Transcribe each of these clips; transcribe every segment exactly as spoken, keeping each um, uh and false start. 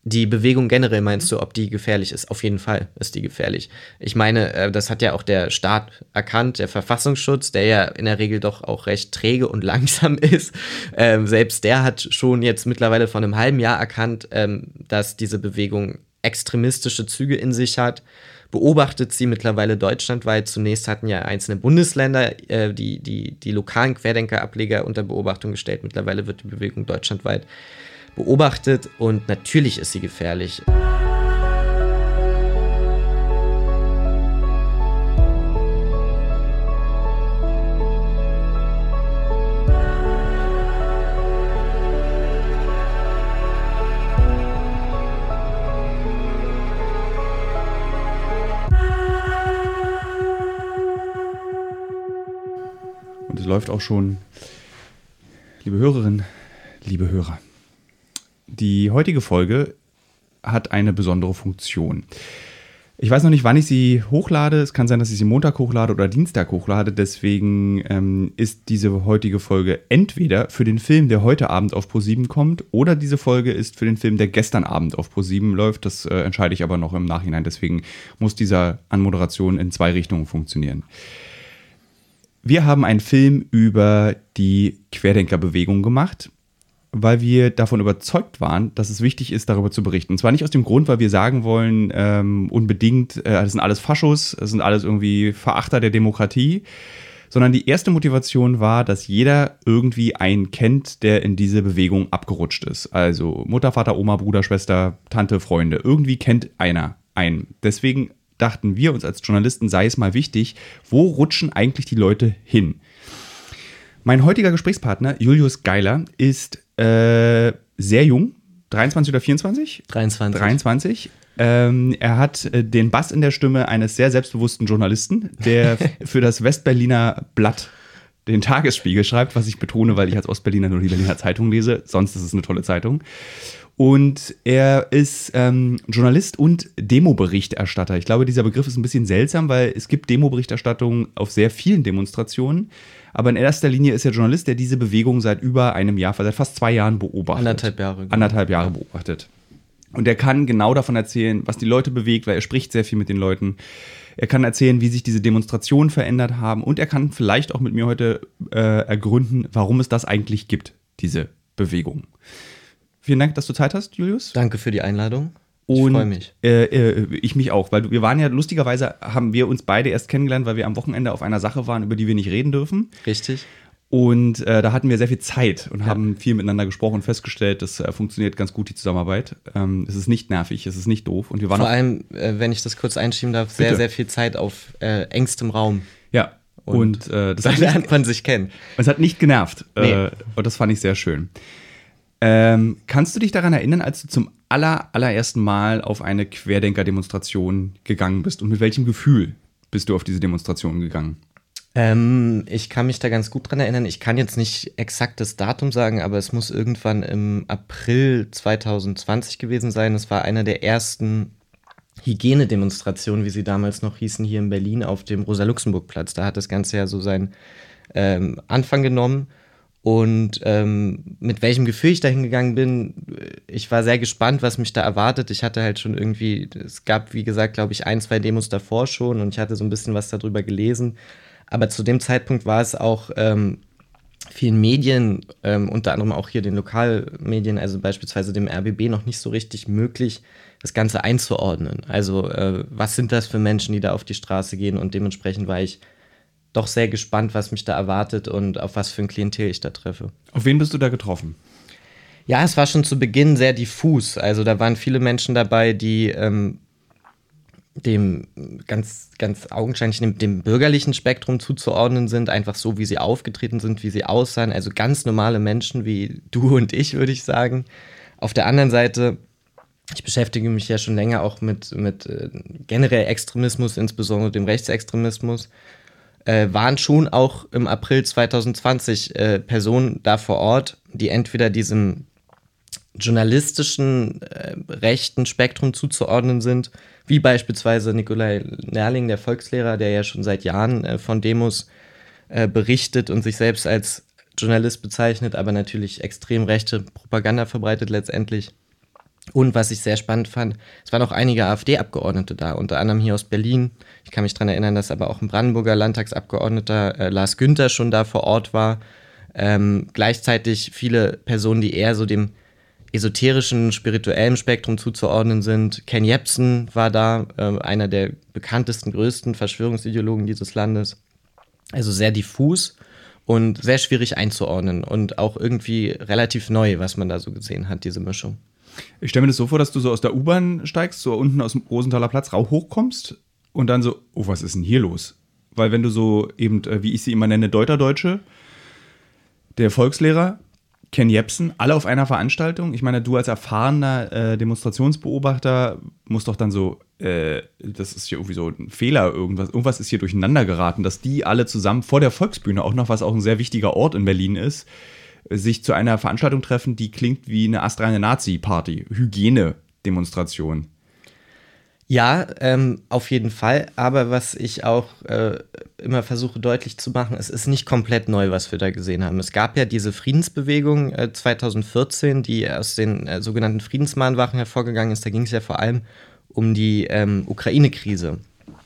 Die Bewegung generell meinst du, ob die gefährlich ist? Auf jeden Fall ist die gefährlich. Ich meine, das hat ja auch der Staat erkannt, der Verfassungsschutz, der ja in der Regel doch auch recht träge und langsam ist. Ähm, selbst der hat schon jetzt mittlerweile vor einem halben Jahr erkannt, ähm, dass diese Bewegung extremistische Züge in sich hat. Beobachtet sie mittlerweile deutschlandweit. Zunächst hatten ja einzelne Bundesländer äh, die, die, die lokalen Querdenkerableger unter Beobachtung gestellt. Mittlerweile wird die Bewegung deutschlandweit beobachtet und natürlich ist sie gefährlich. Und es läuft auch schon, liebe Hörerinnen, liebe Hörer. Die heutige Folge hat eine besondere Funktion. Ich weiß noch nicht, wann ich sie hochlade. Es kann sein, dass ich sie Montag hochlade oder Dienstag hochlade. Deswegen ähm, ist diese heutige Folge entweder für den Film, der heute Abend auf ProSieben kommt, oder diese Folge ist für den Film, der gestern Abend auf ProSieben läuft. Das äh, entscheide ich aber noch im Nachhinein. Deswegen muss diese Anmoderation in zwei Richtungen funktionieren. Wir haben einen Film über die Querdenkerbewegung gemacht, weil wir davon überzeugt waren, dass es wichtig ist, darüber zu berichten. Und zwar nicht aus dem Grund, weil wir sagen wollen, ähm, unbedingt, äh, das sind alles Faschos, das sind alles irgendwie Verachter der Demokratie, sondern die erste Motivation war, dass jeder irgendwie einen kennt, der in diese Bewegung abgerutscht ist. Also Mutter, Vater, Oma, Bruder, Schwester, Tante, Freunde. Irgendwie kennt einer einen. Deswegen dachten wir uns als Journalisten, sei es mal wichtig, wo rutschen eigentlich die Leute hin? Mein heutiger Gesprächspartner, Julius Geiler, ist äh, sehr jung, dreiundzwanzig oder vierundzwanzig? dreiundzwanzig. dreiundzwanzig. Ähm, er hat äh, den Bass in der Stimme eines sehr selbstbewussten Journalisten, der für das Westberliner Blatt den Tagesspiegel schreibt, was ich betone, weil ich als Ostberliner nur die Berliner Zeitung lese. Sonst ist es eine tolle Zeitung. Und er ist ähm, Journalist und Demoberichterstatter. Ich glaube, dieser Begriff ist ein bisschen seltsam, weil es gibt Demoberichterstattung auf sehr vielen Demonstrationen. Aber in erster Linie ist er Journalist, der diese Bewegung seit über einem Jahr, seit fast zwei Jahren beobachtet. Anderthalb Jahre. Genau. Anderthalb Jahre beobachtet. Und er kann genau davon erzählen, was die Leute bewegt, weil er spricht sehr viel mit den Leuten. Er kann erzählen, wie sich diese Demonstrationen verändert haben. Und er kann vielleicht auch mit mir heute äh, ergründen, warum es das eigentlich gibt, diese Bewegung. Vielen Dank, dass du Zeit hast, Julius. Danke für die Einladung. Ich Und, freue mich. Äh, äh, ich mich auch, weil wir waren ja, lustigerweise haben wir uns beide erst kennengelernt, weil wir am Wochenende auf einer Sache waren, über die wir nicht reden dürfen. Richtig. Und äh, da hatten wir sehr viel Zeit und ja. haben viel miteinander gesprochen und festgestellt, das äh, funktioniert ganz gut, die Zusammenarbeit. Ähm, es ist nicht nervig, es ist nicht doof. Und wir waren Vor auch, allem, äh, wenn ich das kurz einschieben darf, sehr, Bitte. sehr viel Zeit auf äh, engstem Raum. Ja. Und, und äh, das da hat lernt nicht, man sich kennen. es hat nicht genervt. Nee. Äh, und das fand ich sehr schön. Ähm, kannst du dich daran erinnern, als du zum aller, allerersten Mal auf eine Querdenker-Demonstration gegangen bist? Und mit welchem Gefühl bist du auf diese Demonstration gegangen? Ähm, ich kann mich da ganz gut dran erinnern. Ich kann jetzt nicht exakt das Datum sagen, aber es muss irgendwann im April zwanzig zwanzig gewesen sein. Es war einer der ersten Hygienedemonstrationen, wie sie damals noch hießen, hier in Berlin auf dem Rosa-Luxemburg-Platz. Da hat das Ganze ja so seinen ähm, Anfang genommen. Und ähm, mit welchem Gefühl ich da hingegangen bin, ich war sehr gespannt, was mich da erwartet. Ich hatte halt schon irgendwie, es gab, wie gesagt, glaube ich, ein, zwei Demos davor schon und ich hatte so ein bisschen was darüber gelesen. Aber zu dem Zeitpunkt war es auch ähm, vielen Medien, ähm, unter anderem auch hier den Lokalmedien, also beispielsweise dem R B B, noch nicht so richtig möglich, das Ganze einzuordnen. Also äh, was sind das für Menschen, die da auf die Straße gehen? Und dementsprechend war ich doch sehr gespannt, was mich da erwartet und auf was für ein Klientel ich da treffe. Auf wen bist du da getroffen? Ja, es war schon zu Beginn sehr diffus. Also da waren viele Menschen dabei, die ähm, dem ganz, ganz augenscheinlich dem, dem bürgerlichen Spektrum zuzuordnen sind, einfach so, wie sie aufgetreten sind, wie sie aussahen. Also ganz normale Menschen wie du und ich, würde ich sagen. Auf der anderen Seite, ich beschäftige mich ja schon länger auch mit, mit äh, generell Extremismus, insbesondere dem Rechtsextremismus. Äh, waren schon auch im April zwanzig zwanzig äh, Personen da vor Ort, die entweder diesem journalistischen äh, rechten Spektrum zuzuordnen sind, wie beispielsweise Nikolai Nerling, der Volkslehrer, der ja schon seit Jahren äh, von Demos äh, berichtet und sich selbst als Journalist bezeichnet, aber natürlich extrem rechte Propaganda verbreitet letztendlich. Und was ich sehr spannend fand, es waren auch einige AfD-Abgeordnete da, unter anderem hier aus Berlin. Ich kann mich daran erinnern, dass aber auch ein Brandenburger Landtagsabgeordneter äh, Lars Günther schon da vor Ort war. Ähm, gleichzeitig viele Personen, die eher so dem esoterischen, spirituellen Spektrum zuzuordnen sind. Ken Jebsen war da, äh, einer der bekanntesten, größten Verschwörungsideologen dieses Landes. Also sehr diffus und sehr schwierig einzuordnen und auch irgendwie relativ neu, was man da so gesehen hat, diese Mischung. Ich stelle mir das so vor, dass du so aus der U-Bahn steigst, so unten aus dem Rosenthaler Platz rauch hochkommst und dann so, oh, was ist denn hier los? Weil wenn du so eben, wie ich sie immer nenne, Deuterdeutsche, der Volkslehrer, Ken Jebsen, alle auf einer Veranstaltung. Ich meine, du als erfahrener äh, Demonstrationsbeobachter musst doch dann so, äh, das ist hier irgendwie so ein Fehler, irgendwas, irgendwas ist hier durcheinander geraten, dass die alle zusammen vor der Volksbühne, auch noch was auch ein sehr wichtiger Ort in Berlin ist, sich zu einer Veranstaltung treffen, die klingt wie eine astreine Nazi-Party, Hygiene-Demonstration. Ja, ähm, auf jeden Fall. Aber was ich auch äh, immer versuche deutlich zu machen, es ist nicht komplett neu, was wir da gesehen haben. Es gab ja diese Friedensbewegung äh, zwanzig vierzehn, die aus den äh, sogenannten Friedensmahnwachen hervorgegangen ist. Da ging es ja vor allem um die ähm, Ukraine-Krise.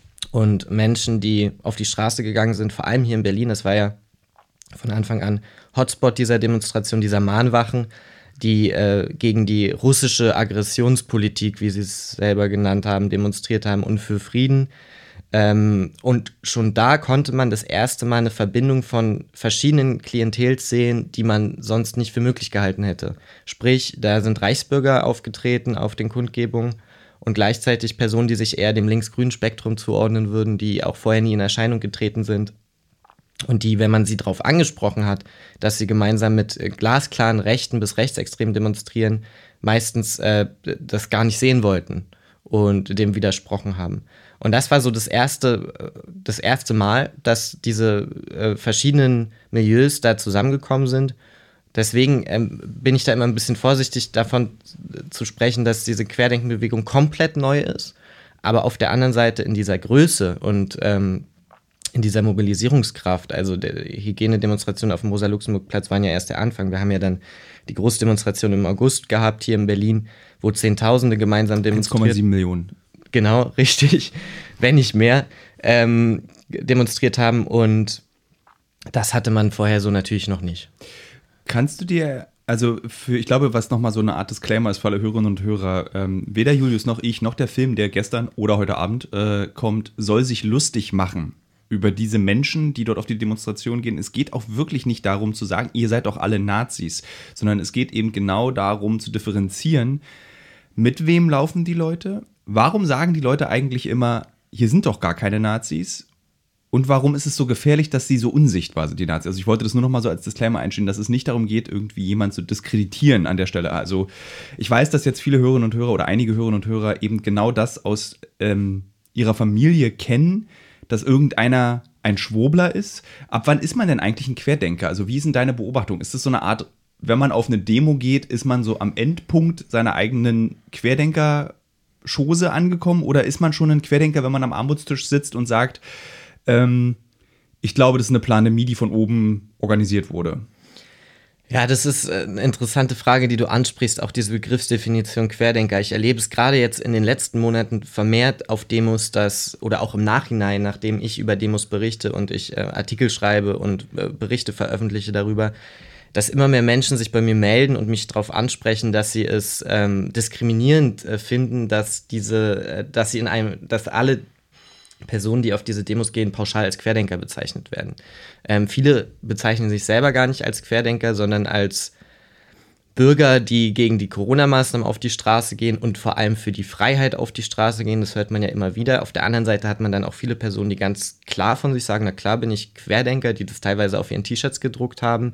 Und Menschen, die auf die Straße gegangen sind, vor allem hier in Berlin, das war ja von Anfang an Hotspot dieser Demonstration, dieser Mahnwachen, die äh, gegen die russische Aggressionspolitik, wie sie es selber genannt haben, demonstriert haben und für Frieden. Ähm, und schon da konnte man das erste Mal eine Verbindung von verschiedenen Klientels sehen, die man sonst nicht für möglich gehalten hätte. Sprich, da sind Reichsbürger aufgetreten auf den Kundgebungen und gleichzeitig Personen, die sich eher dem links-grünen Spektrum zuordnen würden, die auch vorher nie in Erscheinung getreten sind. Und die, wenn man sie darauf angesprochen hat, dass sie gemeinsam mit äh, glasklaren Rechten bis Rechtsextremen demonstrieren, meistens äh, das gar nicht sehen wollten und dem widersprochen haben. Und das war so das erste, das erste Mal, dass diese äh, verschiedenen Milieus da zusammengekommen sind. Deswegen ähm, bin ich da immer ein bisschen vorsichtig davon zu sprechen, dass diese Querdenkenbewegung komplett neu ist. Aber auf der anderen Seite in dieser Größe und ähm, in dieser Mobilisierungskraft, also der Hygienedemonstrationen auf dem Rosa-Luxemburg-Platz waren ja erst der Anfang. Wir haben ja dann die Großdemonstration im August gehabt hier in Berlin, wo Zehntausende gemeinsam demonstriert. eins Komma sieben Millionen. Genau, richtig, wenn nicht mehr, ähm, demonstriert haben und das hatte man vorher so natürlich noch nicht. Kannst du dir, also für, ich glaube, was nochmal so eine Art Disclaimer ist für alle Hörerinnen und Hörer, ähm, weder Julius noch ich, noch der Film, der gestern oder heute Abend äh, kommt, soll sich lustig machen über diese Menschen, die dort auf die Demonstration gehen. Es geht auch wirklich nicht darum zu sagen, ihr seid doch alle Nazis, sondern es geht eben genau darum zu differenzieren, mit wem laufen die Leute, warum sagen die Leute eigentlich immer, hier sind doch gar keine Nazis und warum ist es so gefährlich, dass sie so unsichtbar sind, die Nazis. Also ich wollte das nur noch mal so als Disclaimer einstellen, dass es nicht darum geht, irgendwie jemanden zu diskreditieren an der Stelle. Also ich weiß, dass jetzt viele Hörerinnen und Hörer oder einige Hörerinnen und Hörer eben genau das aus ähm, ihrer Familie kennen, dass irgendeiner ein Schwurbler ist. Ab wann ist man denn eigentlich ein Querdenker? Also wie ist denn deine Beobachtung? Ist das so eine Art, wenn man auf eine Demo geht, ist man so am Endpunkt seiner eigenen Querdenker-Chose angekommen? Oder ist man schon ein Querdenker, wenn man am Armutstisch sitzt und sagt, ähm, ich glaube, das ist eine Pandemie, die von oben organisiert wurde? Ja, das ist eine interessante Frage, die du ansprichst, auch diese Begriffsdefinition Querdenker. Ich erlebe es gerade jetzt in den letzten Monaten vermehrt auf Demos, dass, oder auch im Nachhinein, nachdem ich über Demos berichte und ich äh, Artikel schreibe und äh, Berichte veröffentliche darüber, dass immer mehr Menschen sich bei mir melden und mich darauf ansprechen, dass sie es ähm, diskriminierend äh, finden, dass diese, äh, dass sie in einem, dass alle Personen, die auf diese Demos gehen, pauschal als Querdenker bezeichnet werden. Ähm, viele bezeichnen sich selber gar nicht als Querdenker, sondern als Bürger, die gegen die Corona-Maßnahmen auf die Straße gehen und vor allem für die Freiheit auf die Straße gehen. Das hört man ja immer wieder. Auf der anderen Seite hat man dann auch viele Personen, die ganz klar von sich sagen, na klar bin ich Querdenker, die das teilweise auf ihren T-Shirts gedruckt haben.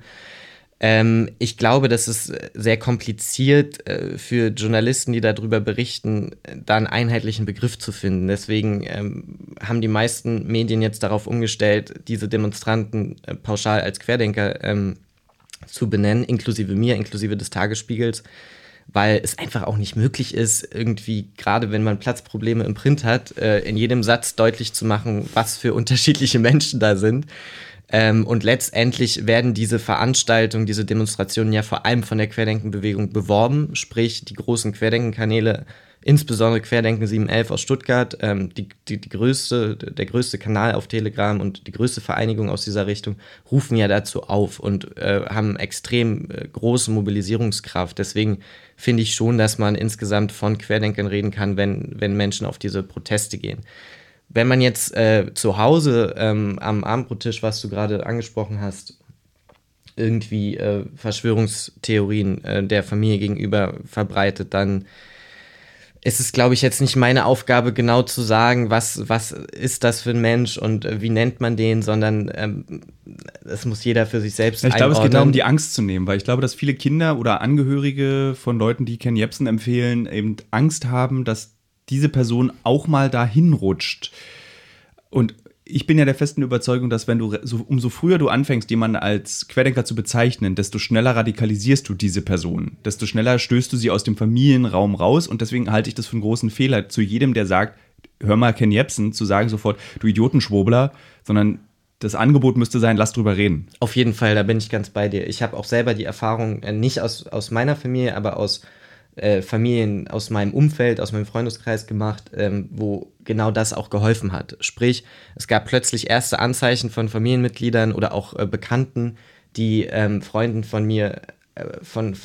Ähm, ich glaube, das ist sehr kompliziert äh, für Journalisten, die darüber berichten, da einen einheitlichen Begriff zu finden. Deswegen ähm, haben die meisten Medien jetzt darauf umgestellt, diese Demonstranten äh, pauschal als Querdenker ähm, zu benennen, inklusive mir, inklusive des Tagesspiegels, weil es einfach auch nicht möglich ist, irgendwie, gerade wenn man Platzprobleme im Print hat, äh, in jedem Satz deutlich zu machen, was für unterschiedliche Menschen da sind. Ähm, und letztendlich werden diese Veranstaltungen, diese Demonstrationen ja vor allem von der Querdenkenbewegung beworben, sprich die großen Querdenkenkanäle, insbesondere Querdenken sieben elf aus Stuttgart, ähm, die, die, die größte, der größte Kanal auf Telegram und die größte Vereinigung aus dieser Richtung, rufen ja dazu auf und äh, haben extrem äh, große Mobilisierungskraft. Deswegen finde ich schon, dass man insgesamt von Querdenkern reden kann, wenn, wenn Menschen auf diese Proteste gehen. Wenn man jetzt äh, zu Hause ähm, am Abendbrottisch, was du gerade angesprochen hast, irgendwie äh, Verschwörungstheorien äh, der Familie gegenüber verbreitet, dann ist es, glaube ich, jetzt nicht meine Aufgabe, genau zu sagen, was, was ist das für ein Mensch und äh, wie nennt man den, sondern ähm, das muss jeder für sich selbst ja, ich glaube, einordnen. es geht darum, die Angst zu nehmen, weil ich glaube, dass viele Kinder oder Angehörige von Leuten, die Ken Jebsen empfehlen, eben Angst haben, dass diese Person auch mal dahin rutscht. Und ich bin ja der festen Überzeugung, dass wenn du, so, umso früher du anfängst, jemanden als Querdenker zu bezeichnen, desto schneller radikalisierst du diese Person. Desto schneller stößt du sie aus dem Familienraum raus. Und deswegen halte ich das für einen großen Fehler, zu jedem, der sagt, hör mal Ken Jebsen, zu sagen sofort, du Idiotenschwurbler, sondern das Angebot müsste sein, lass drüber reden. Auf jeden Fall, da bin ich ganz bei dir. Ich habe auch selber die Erfahrung, äh, nicht aus, aus meiner Familie, aber aus Äh, Familien aus meinem Umfeld, aus meinem Freundeskreis gemacht, ähm, wo genau das auch geholfen hat. Sprich, es gab plötzlich erste Anzeichen von Familienmitgliedern oder auch äh, Bekannten, die ähm, Freunden von mir äh, von,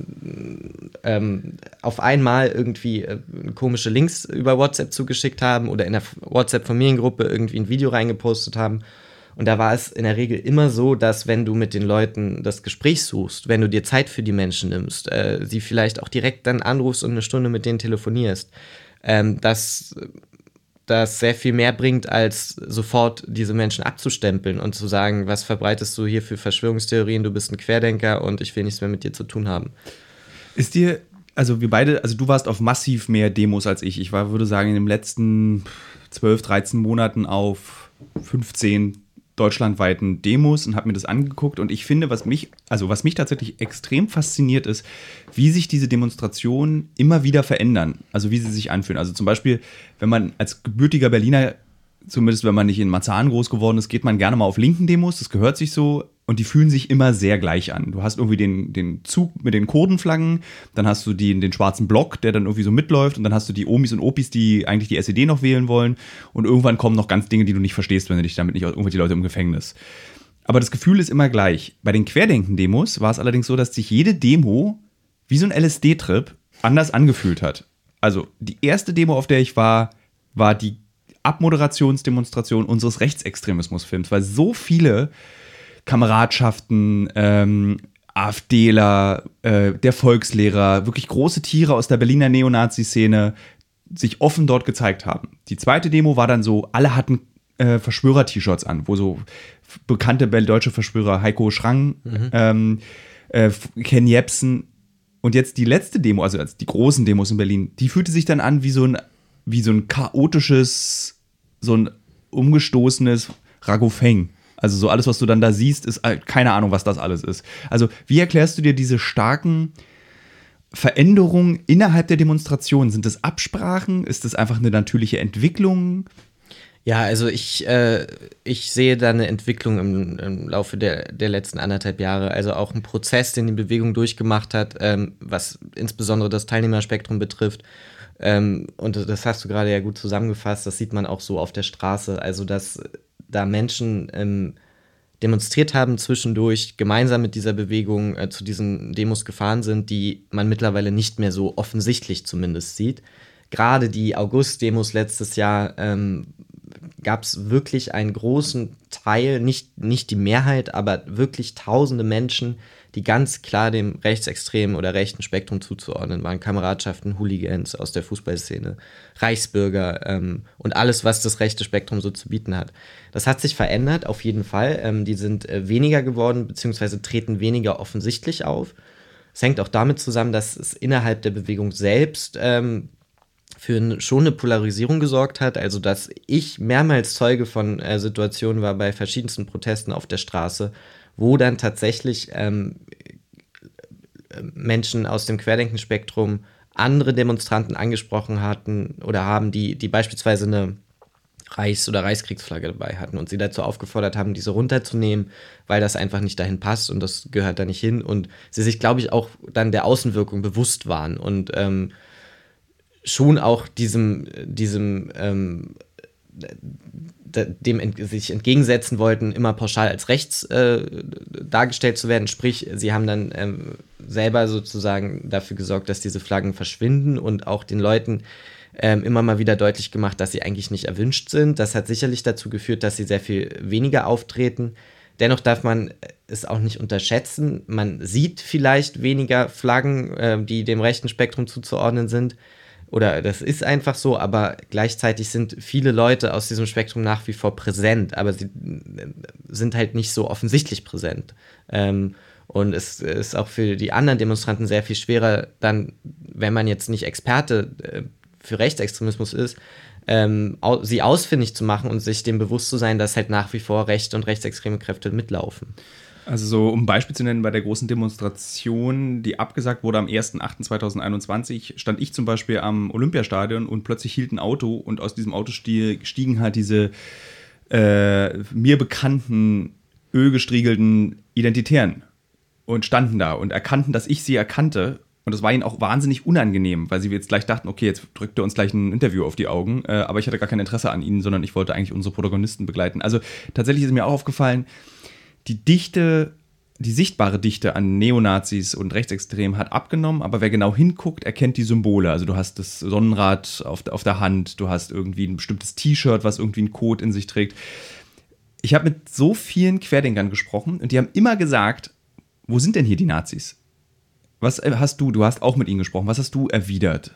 von ähm, auf einmal irgendwie äh, komische Links über WhatsApp zugeschickt haben oder in der WhatsApp-Familiengruppe irgendwie ein Video reingepostet haben. Und da war es in der Regel immer so, dass wenn du mit den Leuten das Gespräch suchst, wenn du dir Zeit für die Menschen nimmst, äh, sie vielleicht auch direkt dann anrufst und eine Stunde mit denen telefonierst, ähm, dass das sehr viel mehr bringt, als sofort diese Menschen abzustempeln und zu sagen, was verbreitest du hier für Verschwörungstheorien, du bist ein Querdenker und ich will nichts mehr mit dir zu tun haben. Ist dir, also wir beide, also du warst auf massiv mehr Demos als ich. Ich war, würde sagen, in den letzten zwölf, dreizehn Monaten auf fünfzehn deutschlandweiten Demos und habe mir das angeguckt und ich finde, was mich, also was mich tatsächlich extrem fasziniert ist, wie sich diese Demonstrationen immer wieder verändern, also wie sie sich anfühlen. Also zum Beispiel, wenn man als gebürtiger Berliner, zumindest wenn man nicht in Marzahn groß geworden ist, geht man gerne mal auf linken Demos, das gehört sich so und die fühlen sich immer sehr gleich an. Du hast irgendwie den, den Zug mit den Kurdenflaggen, dann hast du die, den schwarzen Block, der dann irgendwie so mitläuft und dann hast du die Omis und Opis, die eigentlich die S E D noch wählen wollen und irgendwann kommen noch ganz Dinge, die du nicht verstehst, wenn du dich damit nicht irgendwelche Leute im Gefängnis. Aber das Gefühl ist immer gleich. Bei den Querdenken-Demos war es allerdings so, dass sich jede Demo wie so ein L S D-Trip anders angefühlt hat. Also die erste Demo, auf der ich war, war die Abmoderationsdemonstration unseres Rechtsextremismusfilms, weil so viele Kameradschaften, ähm, AfDler, äh, der Volkslehrer, wirklich große Tiere aus der Berliner Neonazi-Szene sich offen dort gezeigt haben. Die zweite Demo war dann so, alle hatten äh, Verschwörer-T-Shirts an, wo so bekannte deutsche Verschwörer, Heiko Schrang, mhm. ähm, äh, Ken Jebsen und jetzt die letzte Demo, also die großen Demos in Berlin, die fühlte sich dann an wie so ein, wie so ein chaotisches, so ein umgestoßenes Ragofeng. Also so alles, was du dann da siehst, ist keine Ahnung, was das alles ist. Also wie erklärst du dir diese starken Veränderungen innerhalb der Demonstration? Sind das Absprachen? Ist das einfach eine natürliche Entwicklung? Ja, also ich, äh, ich sehe da eine Entwicklung im, im Laufe der, der letzten anderthalb Jahre. Also auch ein Prozess, den die Bewegung durchgemacht hat, ähm, was insbesondere das Teilnehmerspektrum betrifft. Ähm, und das hast du gerade ja gut zusammengefasst. Das sieht man auch so auf der Straße. Also dass da Menschen ähm, demonstriert haben zwischendurch, gemeinsam mit dieser Bewegung äh, zu diesen Demos gefahren sind, die man mittlerweile nicht mehr so offensichtlich zumindest sieht. Gerade die August-Demos letztes Jahr ähm, gab es wirklich einen großen Teil, nicht, nicht die Mehrheit, aber wirklich tausende Menschen, die ganz klar dem rechtsextremen oder rechten Spektrum zuzuordnen waren. Kameradschaften, Hooligans aus der Fußballszene, Reichsbürger ähm, und alles, was das rechte Spektrum so zu bieten hat. Das hat sich verändert, auf jeden Fall. Ähm, die sind äh, weniger geworden, beziehungsweise treten weniger offensichtlich auf. Es hängt auch damit zusammen, dass es innerhalb der Bewegung selbst ähm, für ein, schon eine Polarisierung gesorgt hat. Also, dass ich mehrmals Zeuge von äh, Situationen war bei verschiedensten Protesten auf der Straße, wo dann tatsächlich ähm, Menschen aus dem Querdenkenspektrum andere Demonstranten angesprochen hatten oder haben, die, die beispielsweise eine Reichs- oder Reichskriegsflagge dabei hatten und sie dazu aufgefordert haben, diese runterzunehmen, weil das einfach nicht dahin passt und das gehört da nicht hin. Und sie sich, glaube ich, auch dann der Außenwirkung bewusst waren und ähm, schon auch diesem, diesem ähm, dem ent- sich entgegensetzen wollten, immer pauschal als rechts äh, dargestellt zu werden. Sprich, sie haben dann ähm, selber sozusagen dafür gesorgt, dass diese Flaggen verschwinden und auch den Leuten ähm, immer mal wieder deutlich gemacht, dass sie eigentlich nicht erwünscht sind. Das hat sicherlich dazu geführt, dass sie sehr viel weniger auftreten. Dennoch darf man es auch nicht unterschätzen. Man sieht vielleicht weniger Flaggen, äh, die dem rechten Spektrum zuzuordnen sind. Oder das ist einfach so, aber gleichzeitig sind viele Leute aus diesem Spektrum nach wie vor präsent, aber sie sind halt nicht so offensichtlich präsent. Ähm, und es ist auch für die anderen Demonstranten sehr viel schwerer, dann, wenn man jetzt nicht Experte äh, für Rechtsextremismus ist, ähm, au- sie ausfindig zu machen und sich dem bewusst zu sein, dass halt nach wie vor rechte und rechtsextreme Kräfte mitlaufen. Also so, um ein Beispiel zu nennen, bei der großen Demonstration, die abgesagt wurde am erster achter zweitausendeinundzwanzig, stand ich zum Beispiel am Olympiastadion und plötzlich hielt ein Auto und aus diesem Auto stieg, stiegen halt diese äh, mir bekannten, ölgestriegelten Identitären und standen da und erkannten, dass ich sie erkannte. Und das war ihnen auch wahnsinnig unangenehm, weil sie jetzt gleich dachten, okay, jetzt drückt er uns gleich ein Interview auf die Augen. Äh, aber ich hatte gar kein Interesse an ihnen, sondern ich wollte eigentlich unsere Protagonisten begleiten. Also tatsächlich ist mir auch aufgefallen, die Dichte, die sichtbare Dichte an Neonazis und Rechtsextremen hat abgenommen, aber wer genau hinguckt, erkennt die Symbole. Also du hast das Sonnenrad auf, auf der Hand, du hast irgendwie ein bestimmtes T-Shirt, was irgendwie einen Code in sich trägt. Ich habe mit so vielen Querdenkern gesprochen und die haben immer gesagt, wo sind denn hier die Nazis? Was hast du, du hast auch mit ihnen gesprochen, was hast du erwidert?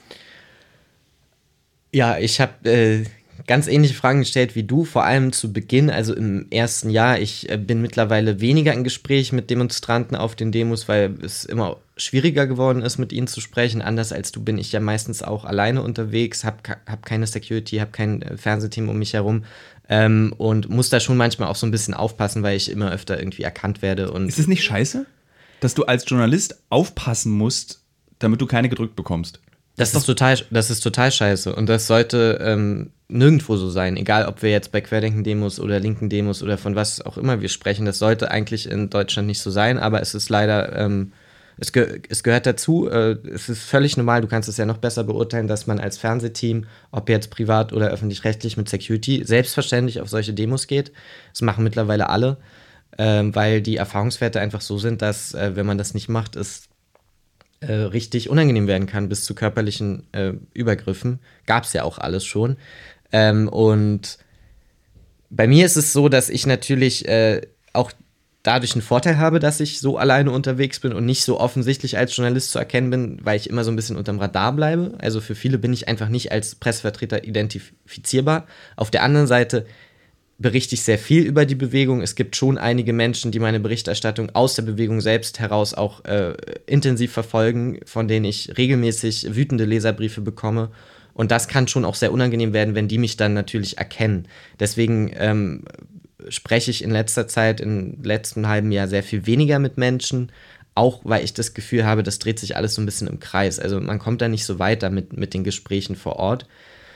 Ja, ich habe äh, ganz ähnliche Fragen gestellt wie du, vor allem zu Beginn, also im ersten Jahr. Ich äh, bin mittlerweile weniger im Gespräch mit Demonstranten auf den Demos, weil es immer schwieriger geworden ist, mit ihnen zu sprechen. Anders als du bin ich ja meistens auch alleine unterwegs, habe hab keine Security, habe kein äh, Fernsehteam um mich herum ähm, und muss da schon manchmal auch so ein bisschen aufpassen, weil ich immer öfter irgendwie erkannt werde. Und ist es nicht scheiße, dass du als Journalist aufpassen musst, damit du keine gedrückt bekommst? Das, das ist total, das ist total scheiße und das sollte ähm, nirgendwo so sein, egal ob wir jetzt bei Querdenken-Demos oder linken Demos oder von was auch immer wir sprechen, das sollte eigentlich in Deutschland nicht so sein, aber es ist leider, ähm, es, ge- es gehört dazu, äh, es ist völlig normal, du kannst es ja noch besser beurteilen, dass man als Fernsehteam, ob jetzt privat oder öffentlich-rechtlich mit Security, selbstverständlich auf solche Demos geht. Das machen mittlerweile alle, ähm, weil die Erfahrungswerte einfach so sind, dass, äh, wenn man das nicht macht, es Äh, richtig unangenehm werden kann, bis zu körperlichen äh, Übergriffen. Gab es ja auch alles schon. Ähm, und bei mir ist es so, dass ich natürlich äh, auch dadurch einen Vorteil habe, dass ich so alleine unterwegs bin und nicht so offensichtlich als Journalist zu erkennen bin, weil ich immer so ein bisschen unterm Radar bleibe. Also für viele bin ich einfach nicht als Pressevertreter identifizierbar. Auf der anderen Seite berichte ich sehr viel über die Bewegung. Es gibt schon einige Menschen, die meine Berichterstattung aus der Bewegung selbst heraus auch äh, intensiv verfolgen, von denen ich regelmäßig wütende Leserbriefe bekomme. Und das kann schon auch sehr unangenehm werden, wenn die mich dann natürlich erkennen. Deswegen ähm, spreche ich in letzter Zeit, im letzten halben Jahr sehr viel weniger mit Menschen, auch weil ich das Gefühl habe, das dreht sich alles so ein bisschen im Kreis. Also man kommt da nicht so weiter mit, mit den Gesprächen vor Ort.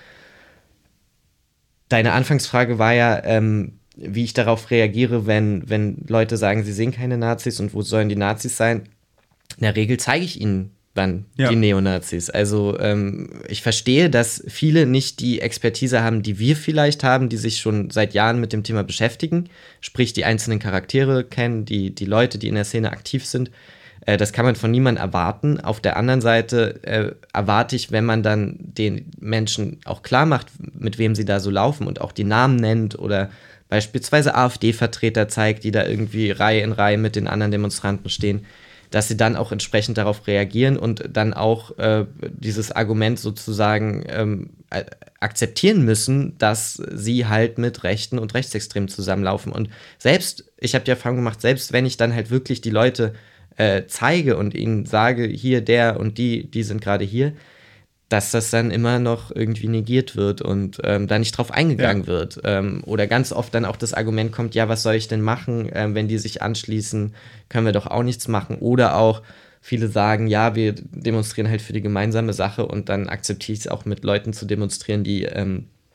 Deine Anfangsfrage war ja, ähm, wie ich darauf reagiere, wenn, wenn Leute sagen, sie sehen keine Nazis und wo sollen die Nazis sein? In der Regel zeige ich ihnen dann ja. die Neonazis. Also ähm, ich verstehe, dass viele nicht die Expertise haben, die wir vielleicht haben, die sich schon seit Jahren mit dem Thema beschäftigen, sprich die einzelnen Charaktere kennen, die, die Leute, die in der Szene aktiv sind. Das kann man von niemandem erwarten. Auf der anderen Seite äh, erwarte ich, wenn man dann den Menschen auch klar macht, mit wem sie da so laufen und auch die Namen nennt oder beispielsweise AfD-Vertreter zeigt, die da irgendwie Reihe in Reihe mit den anderen Demonstranten stehen, dass sie dann auch entsprechend darauf reagieren und dann auch äh, dieses Argument sozusagen ähm, akzeptieren müssen, dass sie halt mit Rechten und Rechtsextremen zusammenlaufen. Und selbst, ich habe die Erfahrung gemacht, selbst wenn ich dann halt wirklich die Leute Äh, zeige und ihnen sage, hier, der und die, die sind gerade hier, dass das dann immer noch irgendwie negiert wird und ähm, da nicht drauf eingegangen ja. wird. Ähm, oder ganz oft dann auch das Argument kommt, ja, was soll ich denn machen, ähm, wenn die sich anschließen, können wir doch auch nichts machen. Oder auch viele sagen, ja, wir demonstrieren halt für die gemeinsame Sache und dann akzeptiere ich es auch mit Leuten zu demonstrieren, die ähm,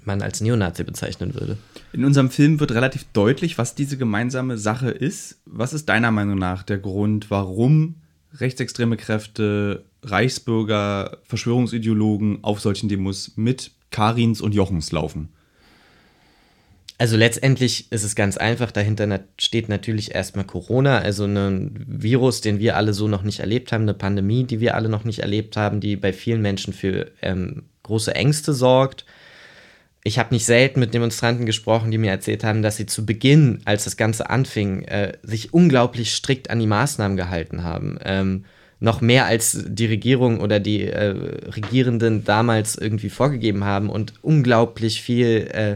man als Neonazi bezeichnen würde. In unserem Film wird relativ deutlich, was diese gemeinsame Sache ist. Was ist deiner Meinung nach der Grund, warum rechtsextreme Kräfte, Reichsbürger, Verschwörungsideologen auf solchen Demos mit Karins und Jochens laufen? Also letztendlich ist es ganz einfach, dahinter steht natürlich erstmal Corona, also ein Virus, den wir alle so noch nicht erlebt haben, eine Pandemie, die wir alle noch nicht erlebt haben, die bei vielen Menschen für ähm, große Ängste sorgt. Ich habe nicht selten mit Demonstranten gesprochen, die mir erzählt haben, dass sie zu Beginn, als das Ganze anfing, äh, sich unglaublich strikt an die Maßnahmen gehalten haben. Ähm, noch mehr als die Regierung oder die äh, Regierenden damals irgendwie vorgegeben haben und unglaublich viel äh,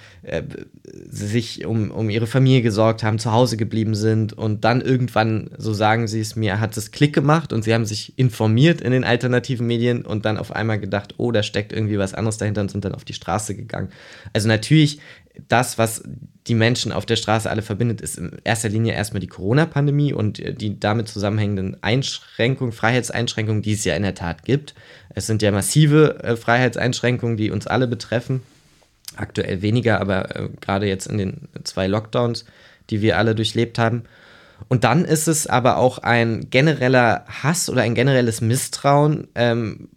sich um, um ihre Familie gesorgt haben, zu Hause geblieben sind und dann irgendwann, so sagen sie es mir, hat es Klick gemacht und sie haben sich informiert in den alternativen Medien und dann auf einmal gedacht, oh, da steckt irgendwie was anderes dahinter und sind dann auf die Straße gegangen. Also natürlich, das, was die Menschen auf der Straße alle verbindet, ist in erster Linie erstmal die Corona-Pandemie und die damit zusammenhängenden Einschränkungen, Freiheitseinschränkungen, die es ja in der Tat gibt. Es sind ja massive äh, Freiheitseinschränkungen, die uns alle betreffen. Aktuell weniger, aber äh, gerade jetzt in den zwei Lockdowns, die wir alle durchlebt haben. Und dann ist es aber auch ein genereller Hass oder ein generelles Misstrauen ähm,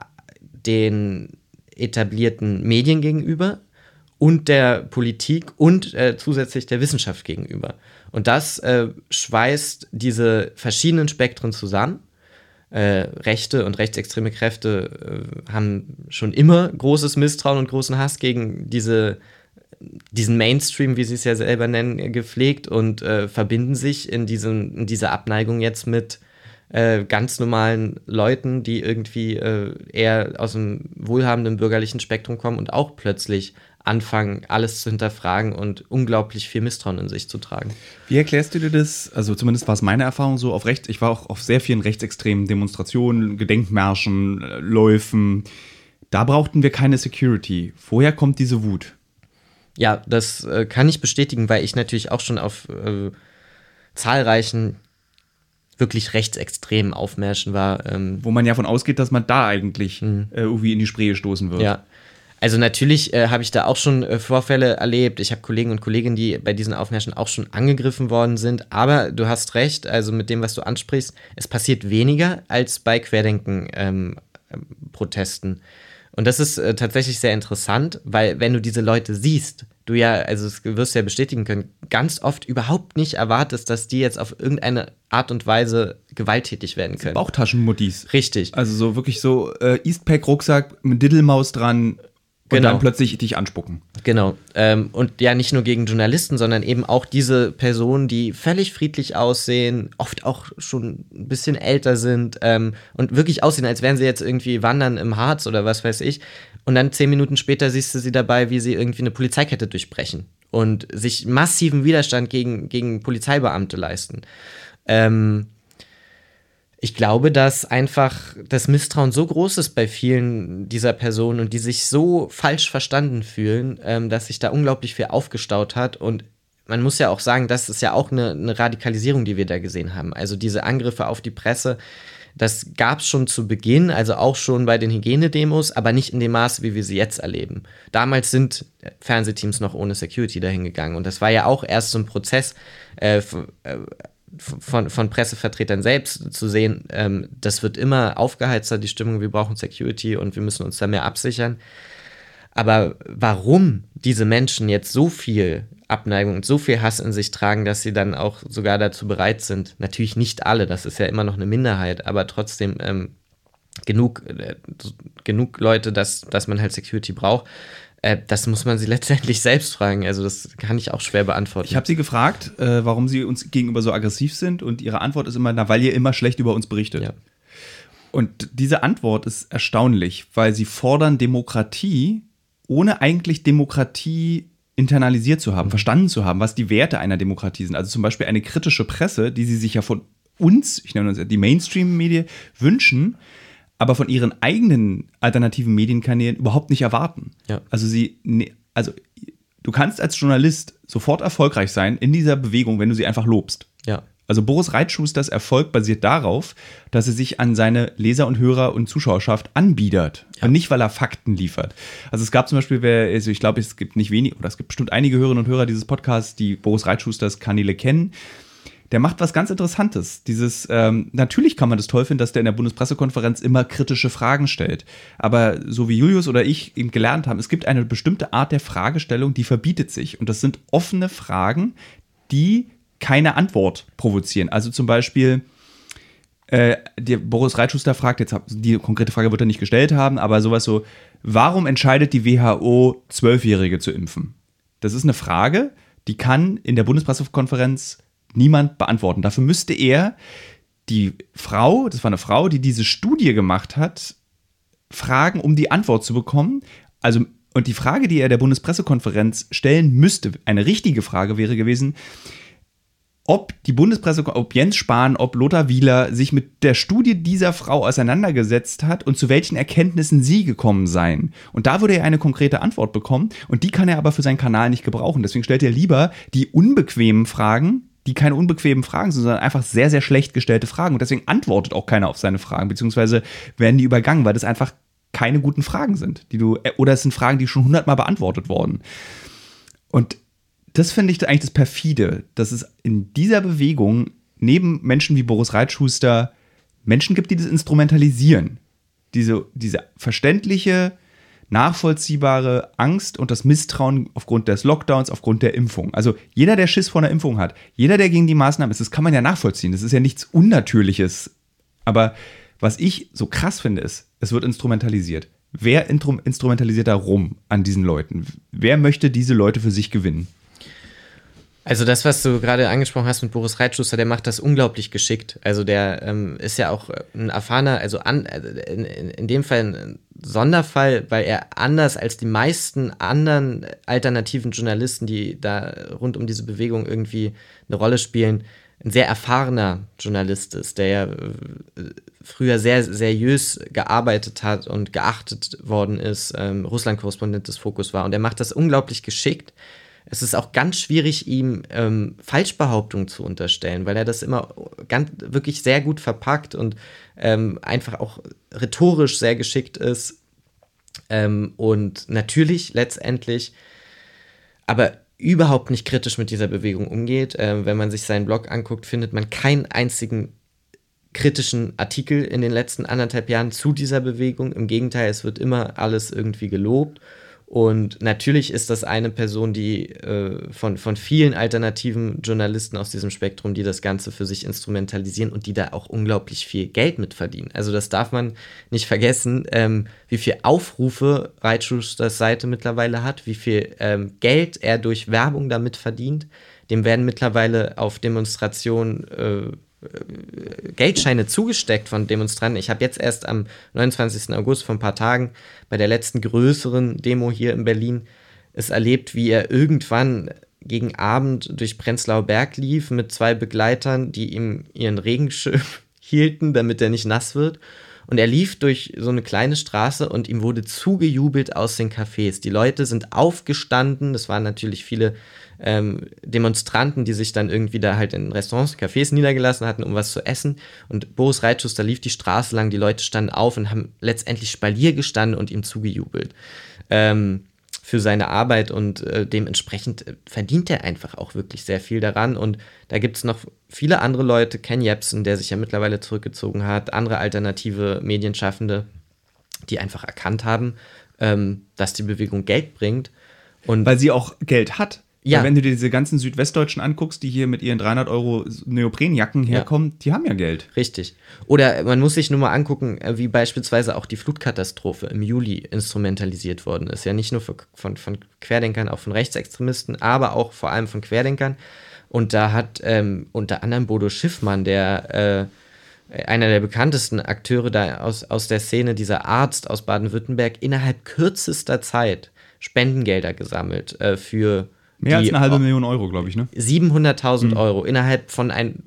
den etablierten Medien gegenüber und der Politik und äh, zusätzlich der Wissenschaft gegenüber. Und das äh, schweißt diese verschiedenen Spektren zusammen. Äh, rechte und rechtsextreme Kräfte äh, haben schon immer großes Misstrauen und großen Hass gegen diese, diesen Mainstream, wie sie es ja selber nennen, gepflegt und äh, verbinden sich in, diesem, in dieser Abneigung jetzt mit äh, ganz normalen Leuten, die irgendwie äh, eher aus dem wohlhabenden bürgerlichen Spektrum kommen und auch plötzlich anfangen, alles zu hinterfragen und unglaublich viel Misstrauen in sich zu tragen. Wie erklärst du dir das? Also zumindest war es meine Erfahrung so auf rechts. Ich war auch auf sehr vielen rechtsextremen Demonstrationen, Gedenkmärschen, Läufen. Da brauchten wir keine Security. Woher kommt diese Wut? Ja, das äh, kann ich bestätigen, weil ich natürlich auch schon auf äh, zahlreichen wirklich rechtsextremen Aufmärschen war. Ähm, Wo man ja von ausgeht, dass man da eigentlich mhm. äh, irgendwie in die Spree stoßen wird. Ja. Also natürlich äh, habe ich da auch schon äh, Vorfälle erlebt. Ich habe Kollegen und Kolleginnen, die bei diesen Aufmärschen auch schon angegriffen worden sind. Aber du hast recht, also mit dem, was du ansprichst, es passiert weniger als bei Querdenken-Protesten. Ähm, und das ist äh, tatsächlich sehr interessant, weil wenn du diese Leute siehst, du ja, also das wirst du ja bestätigen können, ganz oft überhaupt nicht erwartest, dass die jetzt auf irgendeine Art und Weise gewalttätig werden können. Bauchtaschenmuttis. Richtig. Also so wirklich so äh, Eastpack-Rucksack mit Diddlemaus dran. Und genau. Dann plötzlich dich anspucken. Genau. Ähm, und ja, nicht nur gegen Journalisten, sondern eben auch diese Personen, die völlig friedlich aussehen, oft auch schon ein bisschen älter sind ähm, und wirklich aussehen, als wären sie jetzt irgendwie wandern im Harz oder was weiß ich. Und dann zehn Minuten später siehst du sie dabei, wie sie irgendwie eine Polizeikette durchbrechen und sich massiven Widerstand gegen, gegen Polizeibeamte leisten. Ähm, Ich glaube, dass einfach das Misstrauen so groß ist bei vielen dieser Personen und die sich so falsch verstanden fühlen, ähm, dass sich da unglaublich viel aufgestaut hat. Und man muss ja auch sagen, das ist ja auch eine, eine Radikalisierung, die wir da gesehen haben. Also diese Angriffe auf die Presse, das gab es schon zu Beginn, also auch schon bei den Hygienedemos, aber nicht in dem Maße, wie wir sie jetzt erleben. Damals sind Fernsehteams noch ohne Security dahin gegangen. Und das war ja auch erst so ein Prozess, äh, äh, Von, von Pressevertretern selbst zu sehen, ähm, das wird immer aufgeheizter, die Stimmung, wir brauchen Security und wir müssen uns da mehr absichern. Aber warum diese Menschen jetzt so viel Abneigung und so viel Hass in sich tragen, dass sie dann auch sogar dazu bereit sind, natürlich nicht alle, das ist ja immer noch eine Minderheit, aber trotzdem ähm, genug, äh, genug Leute, dass, dass man halt Security braucht, Äh, das muss man sie letztendlich selbst fragen. Also das kann ich auch schwer beantworten. Ich habe sie gefragt, äh, warum sie uns gegenüber so aggressiv sind und ihre Antwort ist immer, na, weil ihr immer schlecht über uns berichtet. Ja. Und diese Antwort ist erstaunlich, weil sie fordern Demokratie, ohne eigentlich Demokratie internalisiert zu haben, mhm. verstanden zu haben, was die Werte einer Demokratie sind. Also zum Beispiel eine kritische Presse, die sie sich ja von uns, ich nenne uns die Mainstream-Medien, wünschen, aber von ihren eigenen alternativen Medienkanälen überhaupt nicht erwarten. Ja. Also sie, also du kannst als Journalist sofort erfolgreich sein in dieser Bewegung, wenn du sie einfach lobst. Ja. Also Boris Reitschusters Erfolg basiert darauf, dass er sich an seine Leser und Hörer und Zuschauerschaft anbiedert. Ja. Und nicht, weil er Fakten liefert. Also es gab zum Beispiel, also ich glaube, es gibt nicht wenig, oder es gibt bestimmt einige Hörerinnen und Hörer dieses Podcasts, die Boris Reitschusters Kanäle kennen. Der macht was ganz Interessantes. Dieses, ähm, natürlich kann man das toll finden, dass der in der Bundespressekonferenz immer kritische Fragen stellt. Aber so wie Julius oder ich eben gelernt haben, es gibt eine bestimmte Art der Fragestellung, die verbietet sich. Und das sind offene Fragen, die keine Antwort provozieren. Also zum Beispiel, äh, der Boris Reitschuster fragt, jetzt die konkrete Frage wird er nicht gestellt haben, aber sowas so, warum entscheidet die W H O, Zwölfjährige zu impfen? Das ist eine Frage, die kann in der Bundespressekonferenz niemand beantworten. Dafür müsste er die Frau, das war eine Frau, die diese Studie gemacht hat, fragen, um die Antwort zu bekommen. Also, und die Frage, die er der Bundespressekonferenz stellen müsste, eine richtige Frage wäre gewesen, ob die Bundespresse, ob Jens Spahn, ob Lothar Wieler sich mit der Studie dieser Frau auseinandergesetzt hat und zu welchen Erkenntnissen sie gekommen seien. Und da würde er eine konkrete Antwort bekommen und die kann er aber für seinen Kanal nicht gebrauchen. Deswegen stellt er lieber die unbequemen Fragen, die keine unbequemen Fragen sind, sondern einfach sehr, sehr schlecht gestellte Fragen. Und deswegen antwortet auch keiner auf seine Fragen, beziehungsweise werden die übergangen, weil das einfach keine guten Fragen sind, die du, oder es sind Fragen, die schon hundertmal beantwortet wurden. Und das finde ich eigentlich das Perfide, dass es in dieser Bewegung neben Menschen wie Boris Reitschuster Menschen gibt, die das instrumentalisieren. Diese, diese verständliche, nachvollziehbare Angst und das Misstrauen aufgrund des Lockdowns, aufgrund der Impfung. Also jeder, der Schiss vor einer Impfung hat, jeder, der gegen die Maßnahmen ist, das kann man ja nachvollziehen. Das ist ja nichts Unnatürliches. Aber was ich so krass finde, ist, es wird instrumentalisiert. Wer intrum- instrumentalisiert da rum an diesen Leuten? Wer möchte diese Leute für sich gewinnen? Also das, was du gerade angesprochen hast mit Boris Reitschuster, der macht das unglaublich geschickt. Also der ähm, ist ja auch ein erfahrener, also an, in, in, in dem Fall ein Sonderfall, weil er anders als die meisten anderen alternativen Journalisten, die da rund um diese Bewegung irgendwie eine Rolle spielen, ein sehr erfahrener Journalist ist, der ja früher sehr seriös gearbeitet hat und geachtet worden ist, ähm, Russland-Korrespondent des Fokus war. Und er macht das unglaublich geschickt. Es ist auch ganz schwierig, ihm ähm, Falschbehauptungen zu unterstellen, weil er das immer ganz, wirklich sehr gut verpackt und ähm, einfach auch rhetorisch sehr geschickt ist. Ähm, und natürlich letztendlich aber überhaupt nicht kritisch mit dieser Bewegung umgeht. Ähm, wenn man sich seinen Blog anguckt, findet man keinen einzigen kritischen Artikel in den letzten anderthalb Jahren zu dieser Bewegung. Im Gegenteil, es wird immer alles irgendwie gelobt. Und natürlich ist das eine Person, die äh, von, von vielen alternativen Journalisten aus diesem Spektrum, die das Ganze für sich instrumentalisieren und die da auch unglaublich viel Geld mit verdienen. Also das darf man nicht vergessen, ähm, wie viel Aufrufe Reitschusters Seite mittlerweile hat, wie viel ähm, Geld er durch Werbung damit verdient. Dem werden mittlerweile auf Demonstrationen äh, Geldscheine zugesteckt von Demonstranten. Ich habe jetzt erst am neunundzwanzigsten August vor ein paar Tagen bei der letzten größeren Demo hier in Berlin es erlebt, wie er irgendwann gegen Abend durch Prenzlauer Berg lief mit zwei Begleitern, die ihm ihren Regenschirm hielten, damit er nicht nass wird. Und er lief durch so eine kleine Straße und ihm wurde zugejubelt aus den Cafés. Die Leute sind aufgestanden, das waren natürlich viele ähm, Demonstranten, die sich dann irgendwie da halt in Restaurants, Cafés niedergelassen hatten, um was zu essen. Und Boris Reitschuster lief die Straße lang, die Leute standen auf und haben letztendlich Spalier gestanden und ihm zugejubelt. Ähm, für seine Arbeit und äh, dementsprechend verdient er einfach auch wirklich sehr viel daran. Und da gibt es noch viele andere Leute, Ken Jebsen, der sich ja mittlerweile zurückgezogen hat, andere alternative Medienschaffende, die einfach erkannt haben, ähm, dass die Bewegung Geld bringt. Und weil sie auch Geld hat. Ja. Weil wenn du dir diese ganzen Südwestdeutschen anguckst, die hier mit ihren dreihundert Euro Neoprenjacken herkommen, ja. Die haben ja Geld. Richtig. Oder man muss sich nur mal angucken, wie beispielsweise auch die Flutkatastrophe im Juli instrumentalisiert worden ist. Ja, nicht nur für, von, von Querdenkern, auch von Rechtsextremisten, aber auch vor allem von Querdenkern. Und da hat ähm, unter anderem Bodo Schiffmann, der äh, einer der bekanntesten Akteure da aus, aus der Szene, dieser Arzt aus Baden-Württemberg, innerhalb kürzester Zeit Spendengelder gesammelt äh, für Mehr als eine halbe Million Euro, glaube ich, ne? siebenhunderttausend mhm. Euro innerhalb von ein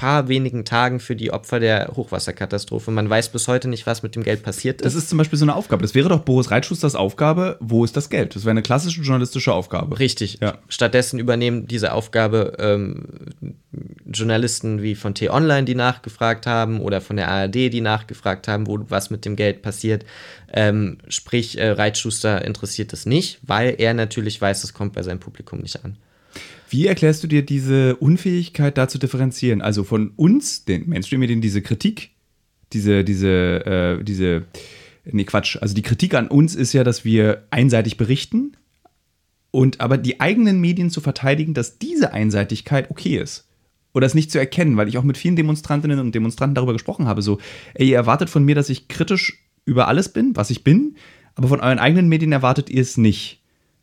paar wenigen Tagen für die Opfer der Hochwasserkatastrophe. Man weiß bis heute nicht, was mit dem Geld passiert ist. Das ist zum Beispiel so eine Aufgabe. Das wäre doch Boris Reitschusters Aufgabe, wo ist das Geld? Das wäre eine klassische journalistische Aufgabe. Richtig. Ja. Stattdessen übernehmen diese Aufgabe ähm, Journalisten wie von T-Online, die nachgefragt haben, oder von der A R D, die nachgefragt haben, wo was mit dem Geld passiert. Ähm, sprich, äh, Reitschuster interessiert es nicht, weil er natürlich weiß, es kommt bei seinem Publikum nicht an. Wie erklärst du dir diese Unfähigkeit, da zu differenzieren? Also von uns, den Mainstream-Medien, diese Kritik, diese, diese, äh, diese, nee, Quatsch. Also die Kritik an uns ist ja, dass wir einseitig berichten und aber die eigenen Medien zu verteidigen, dass diese Einseitigkeit okay ist. Oder es nicht zu erkennen, weil ich auch mit vielen Demonstrantinnen und Demonstranten darüber gesprochen habe, so, ey, ihr erwartet von mir, dass ich kritisch über alles bin, was ich bin, aber von euren eigenen Medien erwartet ihr es nicht.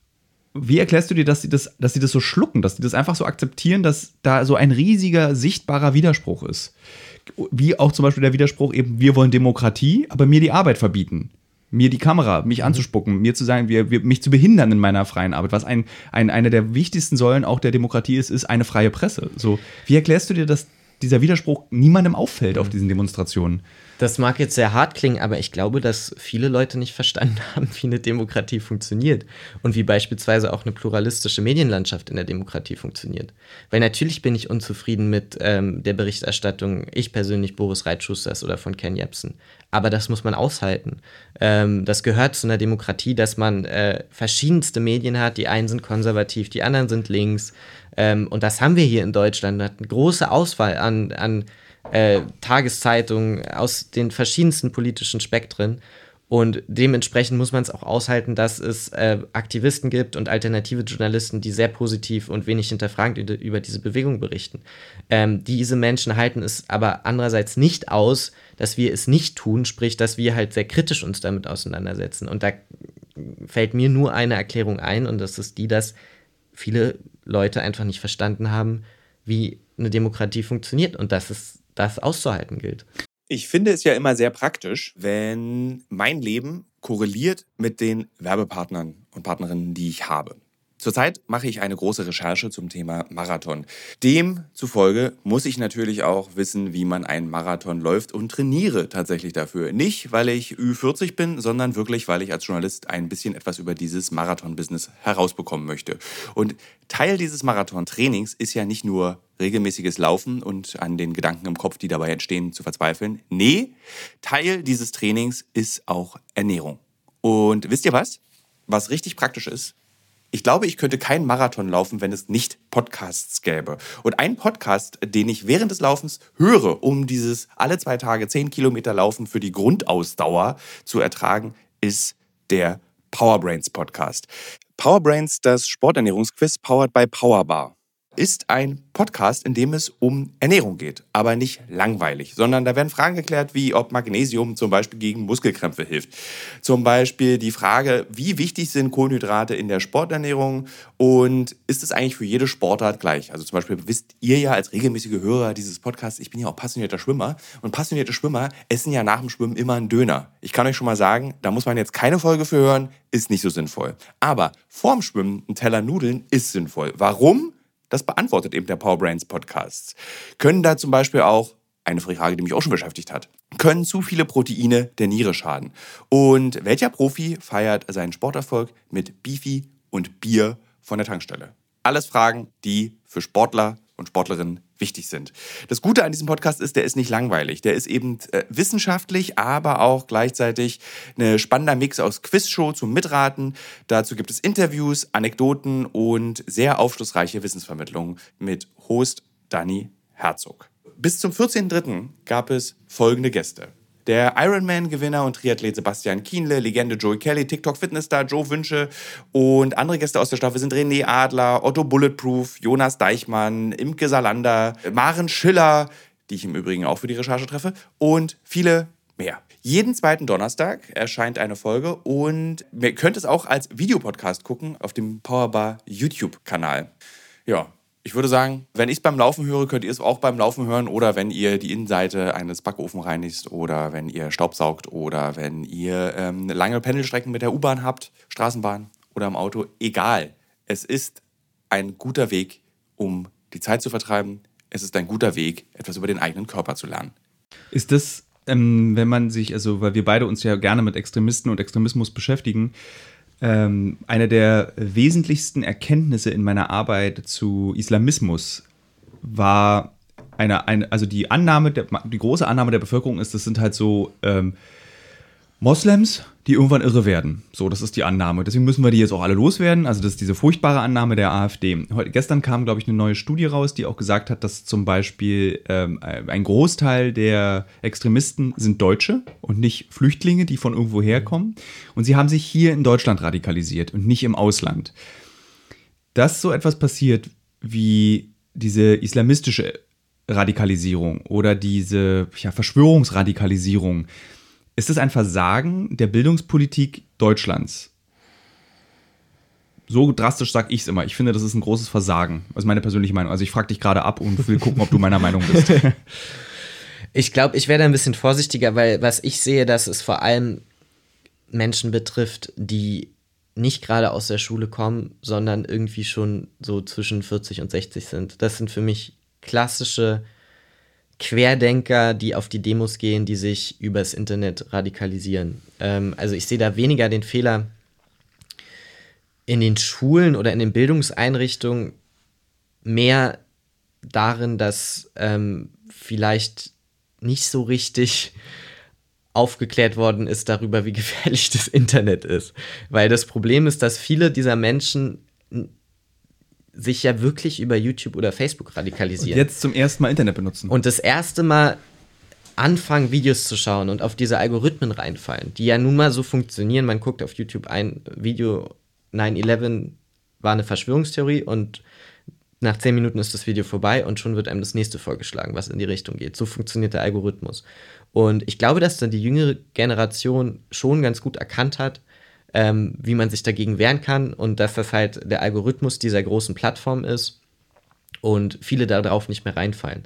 Wie erklärst du dir, dass sie das, dass sie das so schlucken, dass sie das einfach so akzeptieren, dass da so ein riesiger, sichtbarer Widerspruch ist? Wie auch zum Beispiel der Widerspruch eben, wir wollen Demokratie, aber mir die Arbeit verbieten. Mir die Kamera, mich anzuspucken, mir zu sagen, wir, wir, mich zu behindern in meiner freien Arbeit. Was ein, ein, eine der wichtigsten Säulen auch der Demokratie ist, ist eine freie Presse. So, wie erklärst du dir, dass dieser Widerspruch niemandem auffällt auf diesen Demonstrationen? Das mag jetzt sehr hart klingen, aber ich glaube, dass viele Leute nicht verstanden haben, wie eine Demokratie funktioniert und wie beispielsweise auch eine pluralistische Medienlandschaft in der Demokratie funktioniert. Weil natürlich bin ich unzufrieden mit ähm, der Berichterstattung, ich persönlich, Boris Reitschusters oder von Ken Jebsen. Aber das muss man aushalten. Ähm, das gehört zu einer Demokratie, dass man äh, verschiedenste Medien hat. Die einen sind konservativ, die anderen sind links. Ähm, und das haben wir hier in Deutschland. Man hat eine große Auswahl an, an Äh, Tageszeitungen aus den verschiedensten politischen Spektren und dementsprechend muss man es auch aushalten, dass es äh, Aktivisten gibt und alternative Journalisten, die sehr positiv und wenig hinterfragend über, über diese Bewegung berichten. Ähm, diese Menschen halten es aber andererseits nicht aus, dass wir es nicht tun, sprich, dass wir halt sehr kritisch uns damit auseinandersetzen. Und da fällt mir nur eine Erklärung ein und das ist die, dass viele Leute einfach nicht verstanden haben, wie eine Demokratie funktioniert und dass es das auszuhalten gilt. Ich finde es ja immer sehr praktisch, wenn mein Leben korreliert mit den Werbepartnern und Partnerinnen, die ich habe. Zurzeit mache ich eine große Recherche zum Thema Marathon. Demzufolge muss ich natürlich auch wissen, wie man einen Marathon läuft und trainiere tatsächlich dafür. Nicht, weil ich Ü vierzig bin, sondern wirklich, weil ich als Journalist ein bisschen etwas über dieses Marathon-Business herausbekommen möchte. Und Teil dieses Marathon-Trainings ist ja nicht nur regelmäßiges Laufen und an den Gedanken im Kopf, die dabei entstehen, zu verzweifeln. Nee, Teil dieses Trainings ist auch Ernährung. Und wisst ihr was? Was richtig praktisch ist? Ich glaube, ich könnte keinen Marathon laufen, wenn es nicht Podcasts gäbe. Und ein Podcast, den ich während des Laufens höre, um dieses alle zwei Tage zehn Kilometer Laufen für die Grundausdauer zu ertragen, ist der Powerbrains Podcast. Powerbrains, das Sporternährungsquiz powered by Powerbar, ist ein Podcast, in dem es um Ernährung geht, aber nicht langweilig, sondern da werden Fragen geklärt, wie ob Magnesium zum Beispiel gegen Muskelkrämpfe hilft. Zum Beispiel die Frage, wie wichtig sind Kohlenhydrate in der Sporternährung und ist es eigentlich für jede Sportart gleich? Also zum Beispiel wisst ihr ja als regelmäßige Hörer dieses Podcasts, ich bin ja auch passionierter Schwimmer und passionierte Schwimmer essen ja nach dem Schwimmen immer einen Döner. Ich kann euch schon mal sagen, da muss man jetzt keine Folge für hören, ist nicht so sinnvoll. Aber vorm Schwimmen ein Teller Nudeln ist sinnvoll. Warum? Das beantwortet eben der Powerbrains Podcast. Können da zum Beispiel auch, eine Frage, die mich auch schon beschäftigt hat, können zu viele Proteine der Niere schaden? Und welcher Profi feiert seinen Sporterfolg mit Beefy und Bier von der Tankstelle? Alles Fragen, die für Sportler und Sportlerinnen wichtig sind. Das Gute an diesem Podcast ist, der ist nicht langweilig. Der ist eben äh, wissenschaftlich, aber auch gleichzeitig ein spannender Mix aus Quizshow zum Mitraten. Dazu gibt es Interviews, Anekdoten und sehr aufschlussreiche Wissensvermittlung mit Host Dani Herzog. Bis zum vierzehnten dritten gab es folgende Gäste. Der Ironman-Gewinner und Triathlet Sebastian Kienle, Legende Joey Kelly, TikTok-Fitnessstar Joe Wünsche und andere Gäste aus der Staffel sind René Adler, Otto Bulletproof, Jonas Deichmann, Imke Salander, Maren Schiller, die ich im Übrigen auch für die Recherche treffe, und viele mehr. Jeden zweiten Donnerstag erscheint eine Folge und ihr könnt es auch als Videopodcast gucken auf dem Powerbar YouTube-Kanal. Ja. Ich würde sagen, wenn ich es beim Laufen höre, könnt ihr es auch beim Laufen hören oder wenn ihr die Innenseite eines Backofens reinigt oder wenn ihr Staubsaugt oder wenn ihr ähm, lange Pendelstrecken mit der U-Bahn habt, Straßenbahn oder im Auto. Egal. Es ist ein guter Weg, um die Zeit zu vertreiben, es ist ein guter Weg, etwas über den eigenen Körper zu lernen. Ist das, ähm, wenn man sich, also weil wir beide uns ja gerne mit Extremisten und Extremismus beschäftigen, ähm, eine der wesentlichsten Erkenntnisse in meiner Arbeit zu Islamismus war eine, eine also die Annahme, der, die große Annahme der Bevölkerung ist, das sind halt so ähm, Moslems, die irgendwann irre werden. So, das ist die Annahme. Deswegen müssen wir die jetzt auch alle loswerden. Also das ist diese furchtbare Annahme der AfD. Heute, gestern kam, glaube ich, eine neue Studie raus, die auch gesagt hat, dass zum Beispiel ähm, ein Großteil der Extremisten sind Deutsche und nicht Flüchtlinge, die von irgendwo herkommen. Und sie haben sich hier in Deutschland radikalisiert und nicht im Ausland. Dass so etwas passiert wie diese islamistische Radikalisierung oder diese ja, Verschwörungsradikalisierung, ist es ein Versagen der Bildungspolitik Deutschlands? So drastisch sage ich es immer. Ich finde, das ist ein großes Versagen. Das ist meine persönliche Meinung. Also ich frage dich gerade ab und will gucken, ob du meiner Meinung bist. Ich glaube, ich werde ein bisschen vorsichtiger, weil was ich sehe, dass es vor allem Menschen betrifft, die nicht gerade aus der Schule kommen, sondern irgendwie schon so zwischen vierzig und sechzig sind. Das sind für mich klassische Querdenker, die auf die Demos gehen, die sich übers Internet radikalisieren. Ähm, also ich sehe da weniger den Fehler in den Schulen oder in den Bildungseinrichtungen, mehr darin, dass ähm, vielleicht nicht so richtig aufgeklärt worden ist darüber, wie gefährlich das Internet ist. Weil das Problem ist, dass viele dieser Menschen sich ja wirklich über YouTube oder Facebook radikalisieren. Und jetzt zum ersten Mal Internet benutzen. Und das erste Mal anfangen, Videos zu schauen und auf diese Algorithmen reinfallen, die ja nun mal so funktionieren. Man guckt auf YouTube ein Video, nine eleven war eine Verschwörungstheorie und nach zehn Minuten ist das Video vorbei und schon wird einem das nächste vorgeschlagen, was in die Richtung geht. So funktioniert der Algorithmus. Und ich glaube, dass dann die jüngere Generation schon ganz gut erkannt hat, Ähm, wie man sich dagegen wehren kann und dass das halt der Algorithmus dieser großen Plattform ist und viele darauf nicht mehr reinfallen.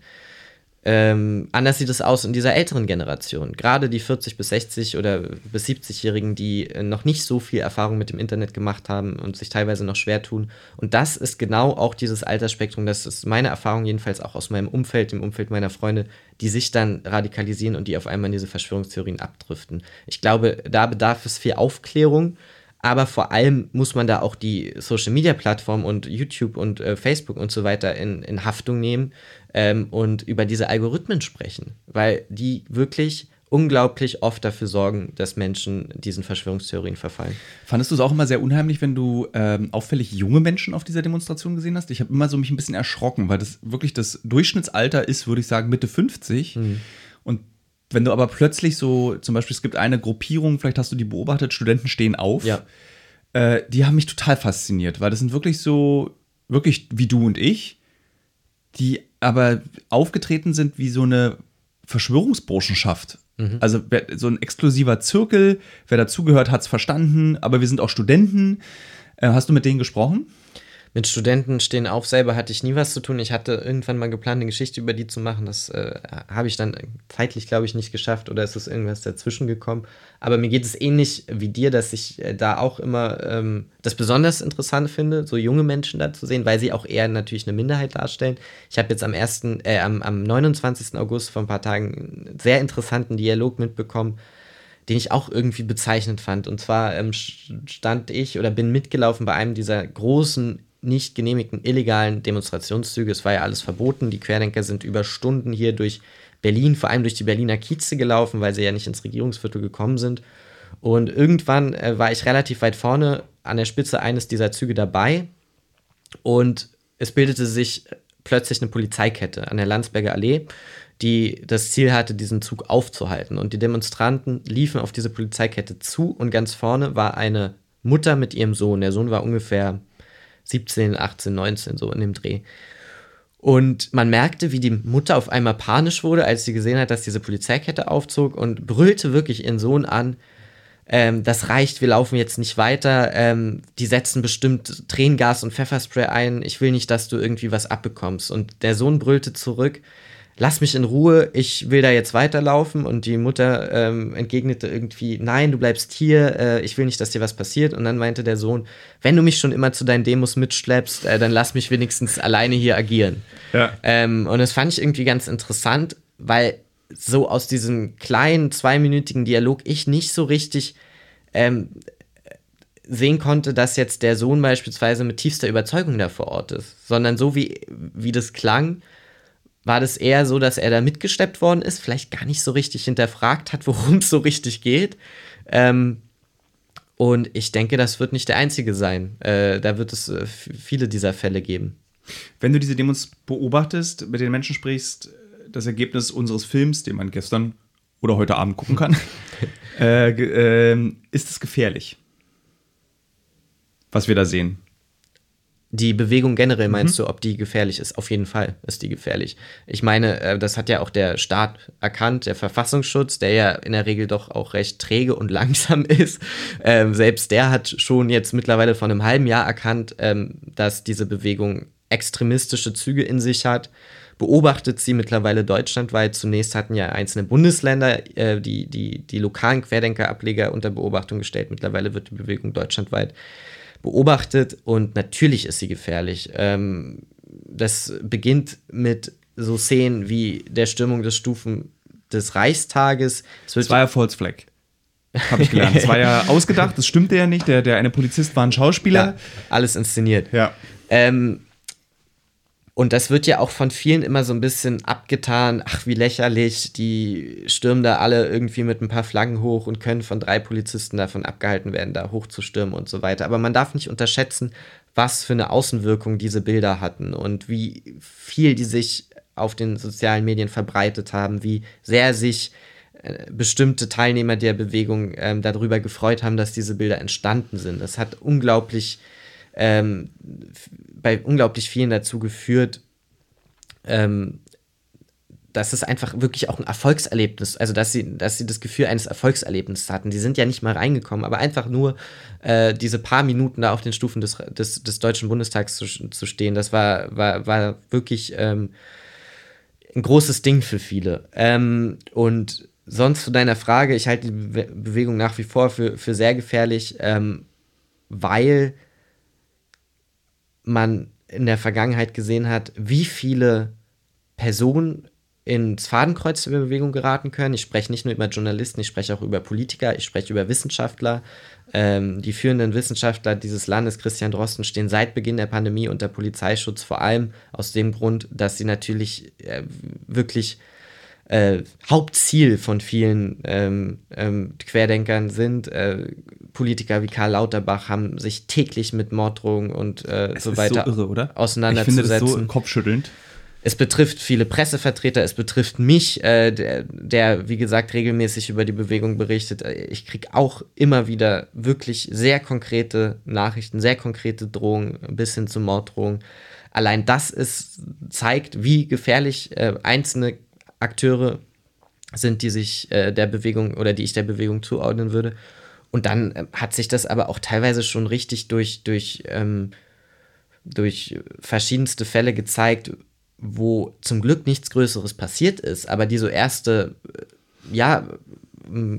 Ähm, anders sieht es aus in dieser älteren Generation. Gerade die vierzig bis sechzig oder bis siebzig-Jährigen, die noch nicht so viel Erfahrung mit dem Internet gemacht haben und sich teilweise noch schwer tun. Und das ist genau auch dieses Altersspektrum, das ist meine Erfahrung jedenfalls auch aus meinem Umfeld, dem Umfeld meiner Freunde, die sich dann radikalisieren und die auf einmal in diese Verschwörungstheorien abdriften. Ich glaube, da bedarf es viel Aufklärung, aber vor allem muss man da auch die Social-Media-Plattformen und YouTube und äh, Facebook und so weiter in, in Haftung nehmen ähm, und über diese Algorithmen sprechen, weil die wirklich unglaublich oft dafür sorgen, dass Menschen diesen Verschwörungstheorien verfallen. Fandest du es auch immer sehr unheimlich, wenn du ähm, auffällig junge Menschen auf dieser Demonstration gesehen hast? Ich habe immer so mich ein bisschen erschrocken, weil das wirklich das Durchschnittsalter ist, würde ich sagen, Mitte fünfzig. Mhm. Und wenn du aber plötzlich so, zum Beispiel, es gibt eine Gruppierung, vielleicht hast du die beobachtet, Studenten stehen auf. Ja. Äh, die haben mich total fasziniert, weil das sind wirklich so, wirklich wie du und ich, die aber aufgetreten sind wie so eine Verschwörungsburschenschaft. Mhm. Also so ein exklusiver Zirkel, wer dazugehört, hat es verstanden, aber wir sind auch Studenten. Äh, hast du mit denen gesprochen? Mit Studenten stehen auf selber hatte ich nie was zu tun. Ich hatte irgendwann mal geplant, eine Geschichte über die zu machen. Das äh, habe ich dann zeitlich, glaube ich, nicht geschafft oder ist es irgendwas dazwischen gekommen. Aber mir geht es ähnlich wie dir, dass ich äh, da auch immer ähm, das besonders interessant finde, so junge Menschen da zu sehen, weil sie auch eher natürlich eine Minderheit darstellen. Ich habe jetzt am ersten, äh, am, am neunundzwanzigsten August vor ein paar Tagen einen sehr interessanten Dialog mitbekommen, den ich auch irgendwie bezeichnend fand. Und zwar ähm, stand ich oder bin mitgelaufen bei einem dieser großen nicht genehmigten illegalen Demonstrationszüge. Es war ja alles verboten. Die Querdenker sind über Stunden hier durch Berlin, vor allem durch die Berliner Kieze gelaufen, weil sie ja nicht ins Regierungsviertel gekommen sind. Und irgendwann äh, war ich relativ weit vorne an der Spitze eines dieser Züge dabei und es bildete sich plötzlich eine Polizeikette an der Landsberger Allee, die das Ziel hatte, diesen Zug aufzuhalten. Und die Demonstranten liefen auf diese Polizeikette zu und ganz vorne war eine Mutter mit ihrem Sohn. Der Sohn war ungefähr siebzehn, achtzehn, neunzehn, so in dem Dreh. Und man merkte, wie die Mutter auf einmal panisch wurde, als sie gesehen hat, dass diese Polizeikette aufzog und brüllte wirklich ihren Sohn an, ähm, das reicht, wir laufen jetzt nicht weiter, ähm, die setzen bestimmt Tränengas und Pfefferspray ein, ich will nicht, dass du irgendwie was abbekommst. Und der Sohn brüllte zurück, lass mich in Ruhe, ich will da jetzt weiterlaufen. Und die Mutter ähm, entgegnete irgendwie, nein, du bleibst hier, äh, ich will nicht, dass dir was passiert. Und dann meinte der Sohn, wenn du mich schon immer zu deinen Demos mitschleppst, äh, dann lass mich wenigstens alleine hier agieren. Ja. Ähm, und das fand ich irgendwie ganz interessant, weil so aus diesem kleinen, zweiminütigen Dialog ich nicht so richtig ähm, sehen konnte, dass jetzt der Sohn beispielsweise mit tiefster Überzeugung da vor Ort ist. Sondern so wie, wie das klang, war das eher so, dass er da mitgeschleppt worden ist, vielleicht gar nicht so richtig hinterfragt hat, worum es so richtig geht. Ähm, und ich denke, das wird nicht der einzige sein. Äh, da wird es äh, viele dieser Fälle geben. Wenn du diese Demos beobachtest, mit den Menschen sprichst, das Ergebnis unseres Films, den man gestern oder heute Abend gucken kann, äh, äh, ist es gefährlich, was wir da sehen? Die Bewegung generell, meinst mhm. du, ob die gefährlich ist? Auf jeden Fall ist die gefährlich. Ich meine, das hat ja auch der Staat erkannt, der Verfassungsschutz, der ja in der Regel doch auch recht träge und langsam ist. Ähm, selbst der hat schon jetzt mittlerweile vor einem halben Jahr erkannt, ähm, dass diese Bewegung extremistische Züge in sich hat. Beobachtet sie mittlerweile deutschlandweit. Zunächst hatten ja einzelne Bundesländer äh, die, die, die lokalen Querdenkerableger unter Beobachtung gestellt. Mittlerweile wird die Bewegung deutschlandweit beobachtet und natürlich ist sie gefährlich. Ähm, das beginnt mit so Szenen wie der Stürmung des Stufen des Reichstages. Es war ja False Flag, habe ich gelernt. Es war ja ausgedacht, das stimmte ja nicht. Der, der eine Polizist war ein Schauspieler. Ja, alles inszeniert. Ja. Ähm, Und das wird ja auch von vielen immer so ein bisschen abgetan. Ach, wie lächerlich, die stürmen da alle irgendwie mit ein paar Flaggen hoch und können von drei Polizisten davon abgehalten werden, da hochzustürmen und so weiter. Aber man darf nicht unterschätzen, was für eine Außenwirkung diese Bilder hatten und wie viel die sich auf den sozialen Medien verbreitet haben, wie sehr sich äh, bestimmte Teilnehmer der Bewegung ähm, darüber gefreut haben, dass diese Bilder entstanden sind. Das hat unglaublich ähm, bei unglaublich vielen dazu geführt, ähm, dass es einfach wirklich auch ein Erfolgserlebnis, also dass sie, dass sie das Gefühl eines Erfolgserlebnisses hatten. Die sind ja nicht mal reingekommen, aber einfach nur äh, diese paar Minuten da auf den Stufen des, des, des Deutschen Bundestags zu, zu stehen, das war, war, war wirklich ähm, ein großes Ding für viele. Ähm, und sonst zu deiner Frage, ich halte die Be- Bewegung nach wie vor für, für sehr gefährlich, ähm, weil man in der Vergangenheit gesehen hat, wie viele Personen ins Fadenkreuz der Bewegung geraten können. Ich spreche nicht nur über Journalisten, ich spreche auch über Politiker, ich spreche über Wissenschaftler. Ähm, die führenden Wissenschaftler dieses Landes, Christian Drosten, stehen seit Beginn der Pandemie unter Polizeischutz, vor allem aus dem Grund, dass sie natürlich äh, wirklich Äh, Hauptziel von vielen ähm, ähm, Querdenkern sind. Äh, Politiker wie Karl Lauterbach haben sich täglich mit Morddrohungen und äh, so weiter so irre, oder? auseinanderzusetzen. Ich finde das so kopfschüttelnd. Es betrifft viele Pressevertreter, es betrifft mich, äh, der, der, wie gesagt, regelmäßig über die Bewegung berichtet. Ich kriege auch immer wieder wirklich sehr konkrete Nachrichten, sehr konkrete Drohungen bis hin zu Morddrohungen. Allein das ist, zeigt, wie gefährlich äh, einzelne Akteure sind, die sich äh, der Bewegung oder die ich der Bewegung zuordnen würde. Und dann äh, hat sich das aber auch teilweise schon richtig durch, durch, ähm, durch verschiedenste Fälle gezeigt, wo zum Glück nichts Größeres passiert ist, aber die so erste, äh, ja, ähm,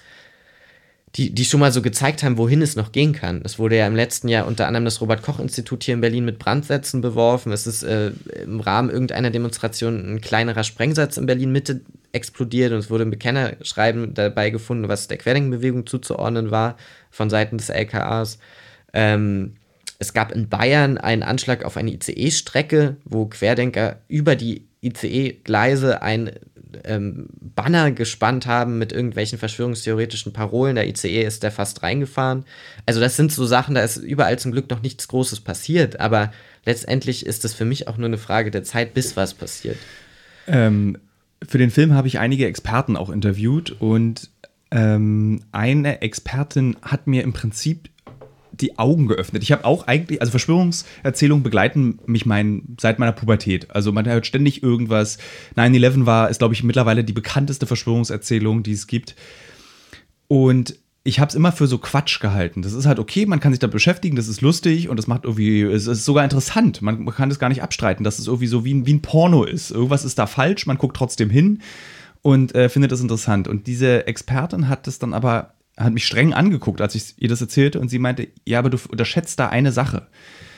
die, die schon mal so gezeigt haben, wohin es noch gehen kann. Es wurde ja im letzten Jahr unter anderem das Robert-Koch-Institut hier in Berlin mit Brandsätzen beworfen. Es ist äh, im Rahmen irgendeiner Demonstration ein kleinerer Sprengsatz in Berlin-Mitte explodiert und es wurde ein Bekennerschreiben dabei gefunden, was der Querdenkenbewegung zuzuordnen war, von Seiten des L K As. Ähm, es gab in Bayern einen Anschlag auf eine I C E-Strecke, wo Querdenker über die I C E-Gleise ein ähm, Banner gespannt haben mit irgendwelchen verschwörungstheoretischen Parolen. Der I C E ist da fast reingefahren. Also das sind so Sachen, da ist überall zum Glück noch nichts Großes passiert, aber letztendlich ist es für mich auch nur eine Frage der Zeit, bis was passiert. Ähm, für den Film habe ich einige Experten auch interviewt und ähm, eine Expertin hat mir im Prinzip die Augen geöffnet. Ich habe auch eigentlich, also Verschwörungserzählungen begleiten mich mein, seit meiner Pubertät. Also man hört ständig irgendwas. nine eleven war, ist glaube ich mittlerweile die bekannteste Verschwörungserzählung, die es gibt. Und ich habe es immer für so Quatsch gehalten. Das ist halt okay, man kann sich damit beschäftigen, das ist lustig und das macht irgendwie, es ist sogar interessant. Man, man kann das gar nicht abstreiten, dass es irgendwie so wie ein, wie ein Porno ist. Irgendwas ist da falsch, man guckt trotzdem hin und äh, findet das interessant. Und diese Expertin hat das dann aber, hat mich streng angeguckt, als ich ihr das erzählte und sie meinte, ja, aber du unterschätzt da eine Sache.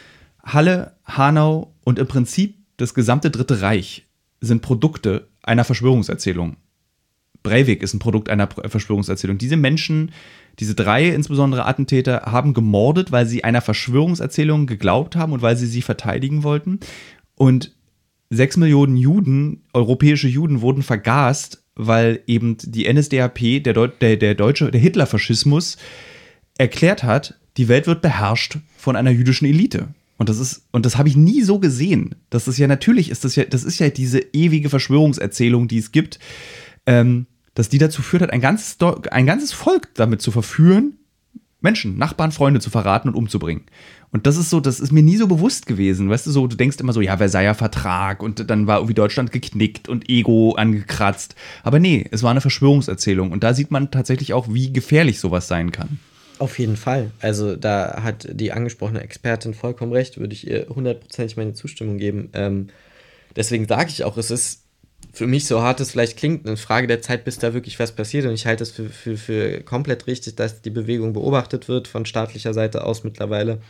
Halle, Hanau und im Prinzip das gesamte Dritte Reich sind Produkte einer Verschwörungserzählung. Breivik ist ein Produkt einer Verschwörungserzählung. Diese Menschen, diese drei insbesondere Attentäter, haben gemordet, weil sie einer Verschwörungserzählung geglaubt haben und weil sie sie verteidigen wollten. Und sechs Millionen Juden, europäische Juden, wurden vergast, weil eben die N S D A P, der, Deu- der, der deutsche, der Hitlerfaschismus, erklärt hat, die Welt wird beherrscht von einer jüdischen Elite. Und das ist, und das habe ich nie so gesehen. Das ist ja, natürlich ist das ja, das ist ja diese ewige Verschwörungserzählung, die es gibt, ähm, dass die dazu führt hat, ein ganzes, ein ganzes Volk damit zu verführen, Menschen, Nachbarn, Freunde zu verraten und umzubringen. Und das ist so, das ist mir nie so bewusst gewesen. Weißt du, so, du denkst immer so, ja, Versailler Vertrag und dann war irgendwie Deutschland geknickt und Ego angekratzt. Aber nee, es war eine Verschwörungserzählung. Und da sieht man tatsächlich auch, wie gefährlich sowas sein kann. Auf jeden Fall. Also da hat die angesprochene Expertin vollkommen recht, würde ich ihr hundertprozentig meine Zustimmung geben. Ähm, deswegen sage ich auch, es ist für mich, so hart es vielleicht klingt, eine Frage der Zeit, bis da wirklich was passiert. Und ich halte es für, für, für komplett richtig, dass die Bewegung beobachtet wird von staatlicher Seite aus mittlerweile.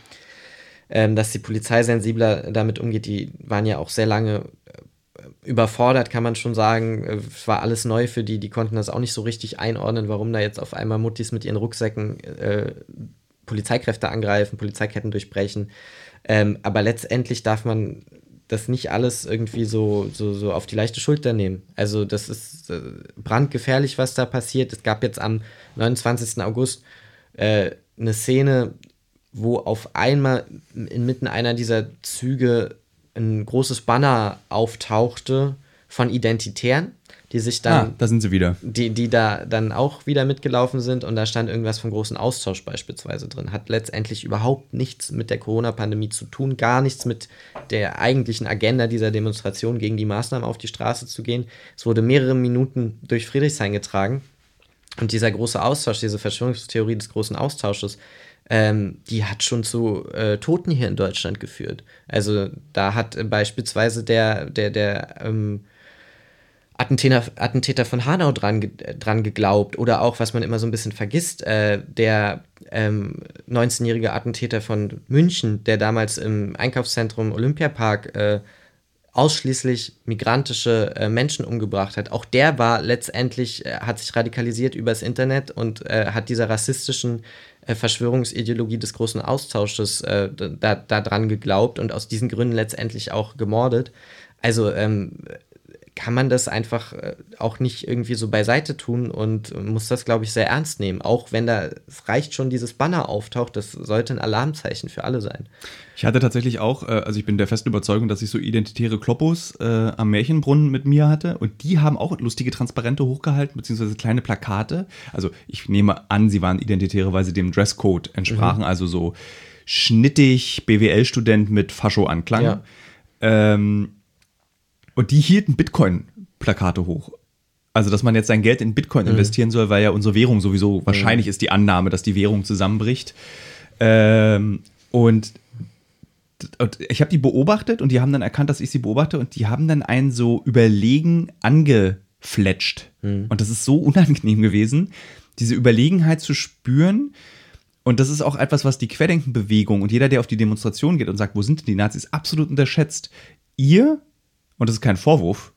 Ähm, dass die Polizei sensibler damit umgeht. Die waren ja auch sehr lange äh, überfordert, kann man schon sagen. Es war alles neu für die. Die konnten das auch nicht so richtig einordnen, warum da jetzt auf einmal Muttis mit ihren Rucksäcken äh, Polizeikräfte angreifen, Polizeiketten durchbrechen. Ähm, aber letztendlich darf man das nicht alles irgendwie so, so, so auf die leichte Schulter nehmen. Also das ist äh, brandgefährlich, was da passiert. Es gab jetzt am neunundzwanzigsten August äh, eine Szene, wo auf einmal inmitten einer dieser Züge ein großes Banner auftauchte von Identitären, die sich dann, ah, da sind sie wieder. Die, die da dann auch wieder mitgelaufen sind und da stand irgendwas vom großen Austausch beispielsweise drin. Hat letztendlich überhaupt nichts mit der Corona-Pandemie zu tun, gar nichts mit der eigentlichen Agenda dieser Demonstration gegen die Maßnahmen auf die Straße zu gehen. Es wurde mehrere Minuten durch Friedrichshain getragen und dieser große Austausch, diese Verschwörungstheorie des großen Austausches, ähm, die hat schon zu äh, Toten hier in Deutschland geführt. Also da hat äh, beispielsweise der, der, der ähm, Attentäter, Attentäter von Hanau dran, dran geglaubt oder auch, was man immer so ein bisschen vergisst, äh, der ähm, neunzehnjährige Attentäter von München, der damals im Einkaufszentrum Olympiapark äh, ausschließlich migrantische äh, Menschen umgebracht hat. Auch der war letztendlich, äh, hat sich radikalisiert übers Internet und äh, hat dieser rassistischen äh, Verschwörungsideologie des großen Austausches äh, da, da dran geglaubt und aus diesen Gründen letztendlich auch gemordet. Also ähm, kann man das einfach äh, auch nicht irgendwie so beiseite tun und muss das, glaube ich, sehr ernst nehmen. Auch wenn da, es reicht schon, dieses Banner auftaucht, das sollte ein Alarmzeichen für alle sein. Ich hatte tatsächlich auch, äh, also ich bin der festen Überzeugung, dass ich so identitäre Kloppos äh, am Märchenbrunnen mit mir hatte und die haben auch lustige Transparente hochgehalten, beziehungsweise kleine Plakate. Also ich nehme an, sie waren Identitäre, weil sie dem Dresscode entsprachen, mhm. also so schnittig B W L-Student mit Fascho-Anklang. Ja. Ähm, Und die hielten Bitcoin-Plakate hoch. Also, dass man jetzt sein Geld in Bitcoin mhm. investieren soll, weil ja unsere Währung sowieso, wahrscheinlich mhm. ist die Annahme, dass die Währung zusammenbricht. Ähm, und, und ich habe die beobachtet und die haben dann erkannt, dass ich sie beobachte und die haben dann einen so überlegen angefletscht. Mhm. Und das ist so unangenehm gewesen, diese Überlegenheit zu spüren. Und das ist auch etwas, was die Querdenkenbewegung und jeder, der auf die Demonstration geht und sagt, wo sind denn die Nazis, absolut unterschätzt. Ihr, und das ist kein Vorwurf,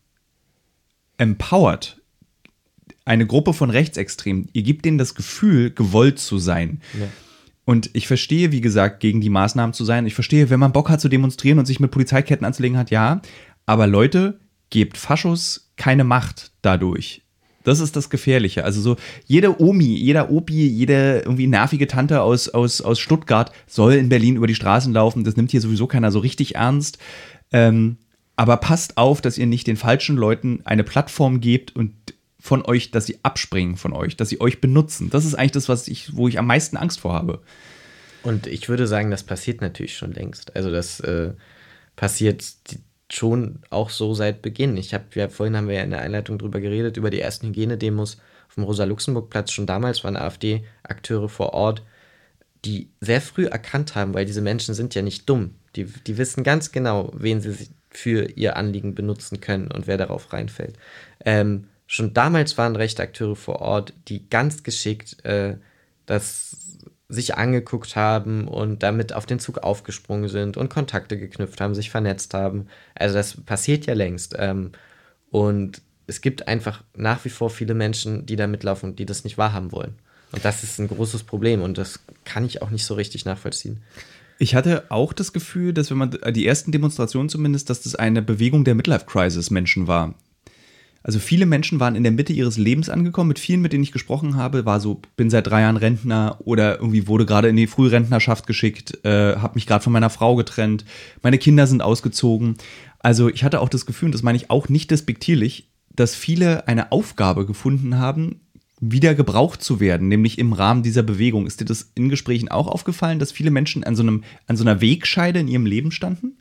empowert eine Gruppe von Rechtsextremen. Ihr gebt denen das Gefühl, gewollt zu sein. Ja. Und ich verstehe, wie gesagt, gegen die Maßnahmen zu sein. Ich verstehe, wenn man Bock hat zu demonstrieren und sich mit Polizeiketten anzulegen hat, ja. Aber Leute, gebt Faschos keine Macht dadurch. Das ist das Gefährliche. Also so jede Omi, jeder Opi, jede irgendwie nervige Tante aus, aus, aus Stuttgart soll in Berlin über die Straßen laufen. Das nimmt hier sowieso keiner so richtig ernst. Ähm, aber passt auf, dass ihr nicht den falschen Leuten eine Plattform gebt und von euch, dass sie abspringen von euch, dass sie euch benutzen. Das ist eigentlich das, was ich, wo ich am meisten Angst vor habe. Und ich würde sagen, das passiert natürlich schon längst. Also das äh, passiert schon auch so seit Beginn. Ich habe ja vorhin haben wir ja in der Einleitung drüber geredet, über die ersten Hygienedemos auf dem Rosa-Luxemburg-Platz. Schon damals waren AfD-Akteure vor Ort, die sehr früh erkannt haben, weil diese Menschen sind ja nicht dumm. Die, die wissen ganz genau, wen sie für ihr Anliegen benutzen können und wer darauf reinfällt. Ähm, schon damals waren rechte Akteure vor Ort, die ganz geschickt äh, das sich angeguckt haben und damit auf den Zug aufgesprungen sind und Kontakte geknüpft haben, sich vernetzt haben. Also das passiert ja längst. Ähm, und es gibt einfach nach wie vor viele Menschen, die da mitlaufen und die das nicht wahrhaben wollen. Und das ist ein großes Problem und das kann ich auch nicht so richtig nachvollziehen. Ich hatte auch das Gefühl, dass wenn man die ersten Demonstrationen zumindest, dass das eine Bewegung der Midlife-Crisis-Menschen war. Also viele Menschen waren in der Mitte ihres Lebens angekommen. Mit vielen, mit denen ich gesprochen habe, war so, bin seit drei Jahren Rentner oder irgendwie wurde gerade in die Frührentnerschaft geschickt, äh, habe mich gerade von meiner Frau getrennt, meine Kinder sind ausgezogen. Also ich hatte auch das Gefühl, und das meine ich auch nicht despektierlich, dass viele eine Aufgabe gefunden haben, wieder gebraucht zu werden, nämlich im Rahmen dieser Bewegung. Ist dir das in Gesprächen auch aufgefallen, dass viele Menschen an so einem, an so einer Wegscheide in ihrem Leben standen?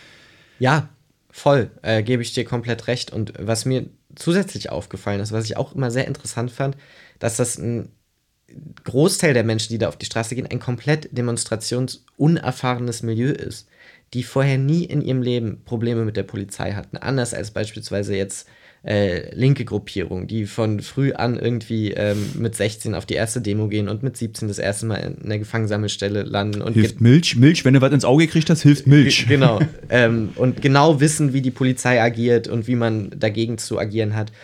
Ja, voll, äh, gebe ich dir komplett recht. Und was mir zusätzlich aufgefallen ist, was ich auch immer sehr interessant fand, dass das ein Großteil der Menschen, die da auf die Straße gehen, ein komplett demonstrationsunerfahrenes Milieu ist, die vorher nie in ihrem Leben Probleme mit der Polizei hatten. Anders als beispielsweise jetzt äh, linke Gruppierungen, die von früh an irgendwie ähm, mit sechzehn auf die erste Demo gehen und mit siebzehn das erste Mal in einer Gefangensammelstelle landen. Und hilft Milch, Milch, wenn du was ins Auge gekriegt hast, hilft Milch. G- genau. ähm, und genau wissen, wie die Polizei agiert und wie man dagegen zu agieren hat.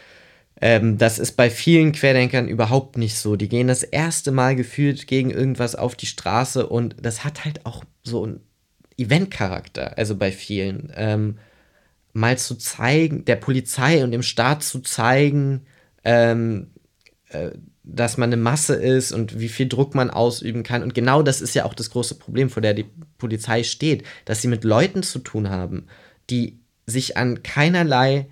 Ähm, das ist bei vielen Querdenkern überhaupt nicht so. Die gehen das erste Mal gefühlt gegen irgendwas auf die Straße und das hat halt auch so einen Eventcharakter, also bei vielen. Ähm, mal zu zeigen, der Polizei und dem Staat zu zeigen, ähm, äh, dass man eine Masse ist und wie viel Druck man ausüben kann. Und genau das ist ja auch das große Problem, vor der die Polizei steht, dass sie mit Leuten zu tun haben, die sich an keinerlei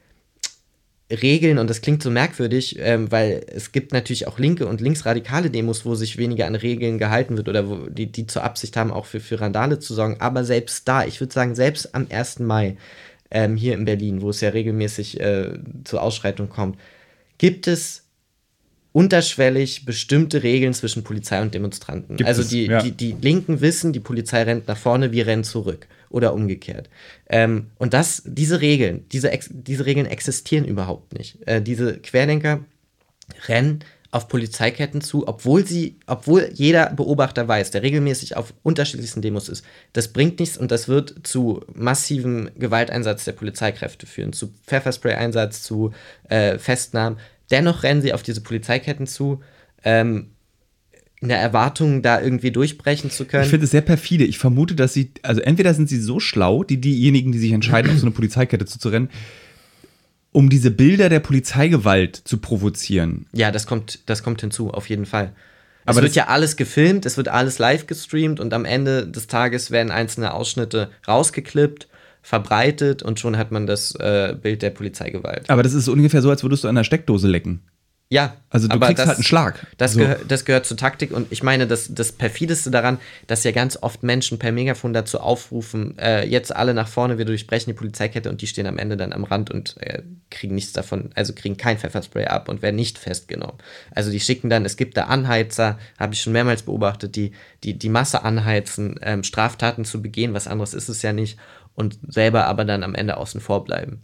Regeln, und das klingt so merkwürdig, ähm, weil es gibt natürlich auch linke und linksradikale Demos, wo sich weniger an Regeln gehalten wird oder wo die, die zur Absicht haben, auch für, für Randale zu sorgen. Aber selbst da, ich würde sagen, selbst am ersten Mai ähm, hier in Berlin, wo es ja regelmäßig äh, zur Ausschreitung kommt, gibt es unterschwellig bestimmte Regeln zwischen Polizei und Demonstranten. Gibt also es, die, ja. die, die Linken wissen, die Polizei rennt nach vorne, wir rennen zurück. Oder umgekehrt. Ähm, und das, diese Regeln, diese, Ex- diese Regeln existieren überhaupt nicht. Äh, diese Querdenker rennen auf Polizeiketten zu, obwohl sie, obwohl jeder Beobachter weiß, der regelmäßig auf unterschiedlichsten Demos ist, das bringt nichts und das wird zu massivem Gewalteinsatz der Polizeikräfte führen, zu Pfefferspray-Einsatz, zu äh, Festnahmen. Dennoch rennen sie auf diese Polizeiketten zu, ähm, in der Erwartung, da irgendwie durchbrechen zu können. Ich finde es sehr perfide. Ich vermute, dass sie, also entweder sind sie so schlau, die diejenigen, die sich entscheiden, auf so eine Polizeikette zuzurennen, um diese Bilder der Polizeigewalt zu provozieren. Ja, das kommt, das kommt hinzu, auf jeden Fall. Aber es wird das- ja alles gefilmt, es wird alles live gestreamt und am Ende des Tages werden einzelne Ausschnitte rausgeklippt, verbreitet und schon hat man das äh, Bild der Polizeigewalt. Aber das ist ungefähr so, als würdest du an der Steckdose lecken. Ja, Also du aber kriegst das, halt einen Schlag. Das, So. gehör, das gehört zur Taktik und ich meine, das, das Perfideste daran, dass ja ganz oft Menschen per Megafon dazu aufrufen, äh, jetzt alle nach vorne, wir durchbrechen die Polizeikette und die stehen am Ende dann am Rand und äh, kriegen nichts davon, also kriegen kein Pfefferspray ab und werden nicht festgenommen. Also die schicken dann, es gibt da Anheizer, habe ich schon mehrmals beobachtet, die die, die Masse anheizen, ähm, Straftaten zu begehen, was anderes ist es ja nicht und selber aber dann am Ende außen vor bleiben.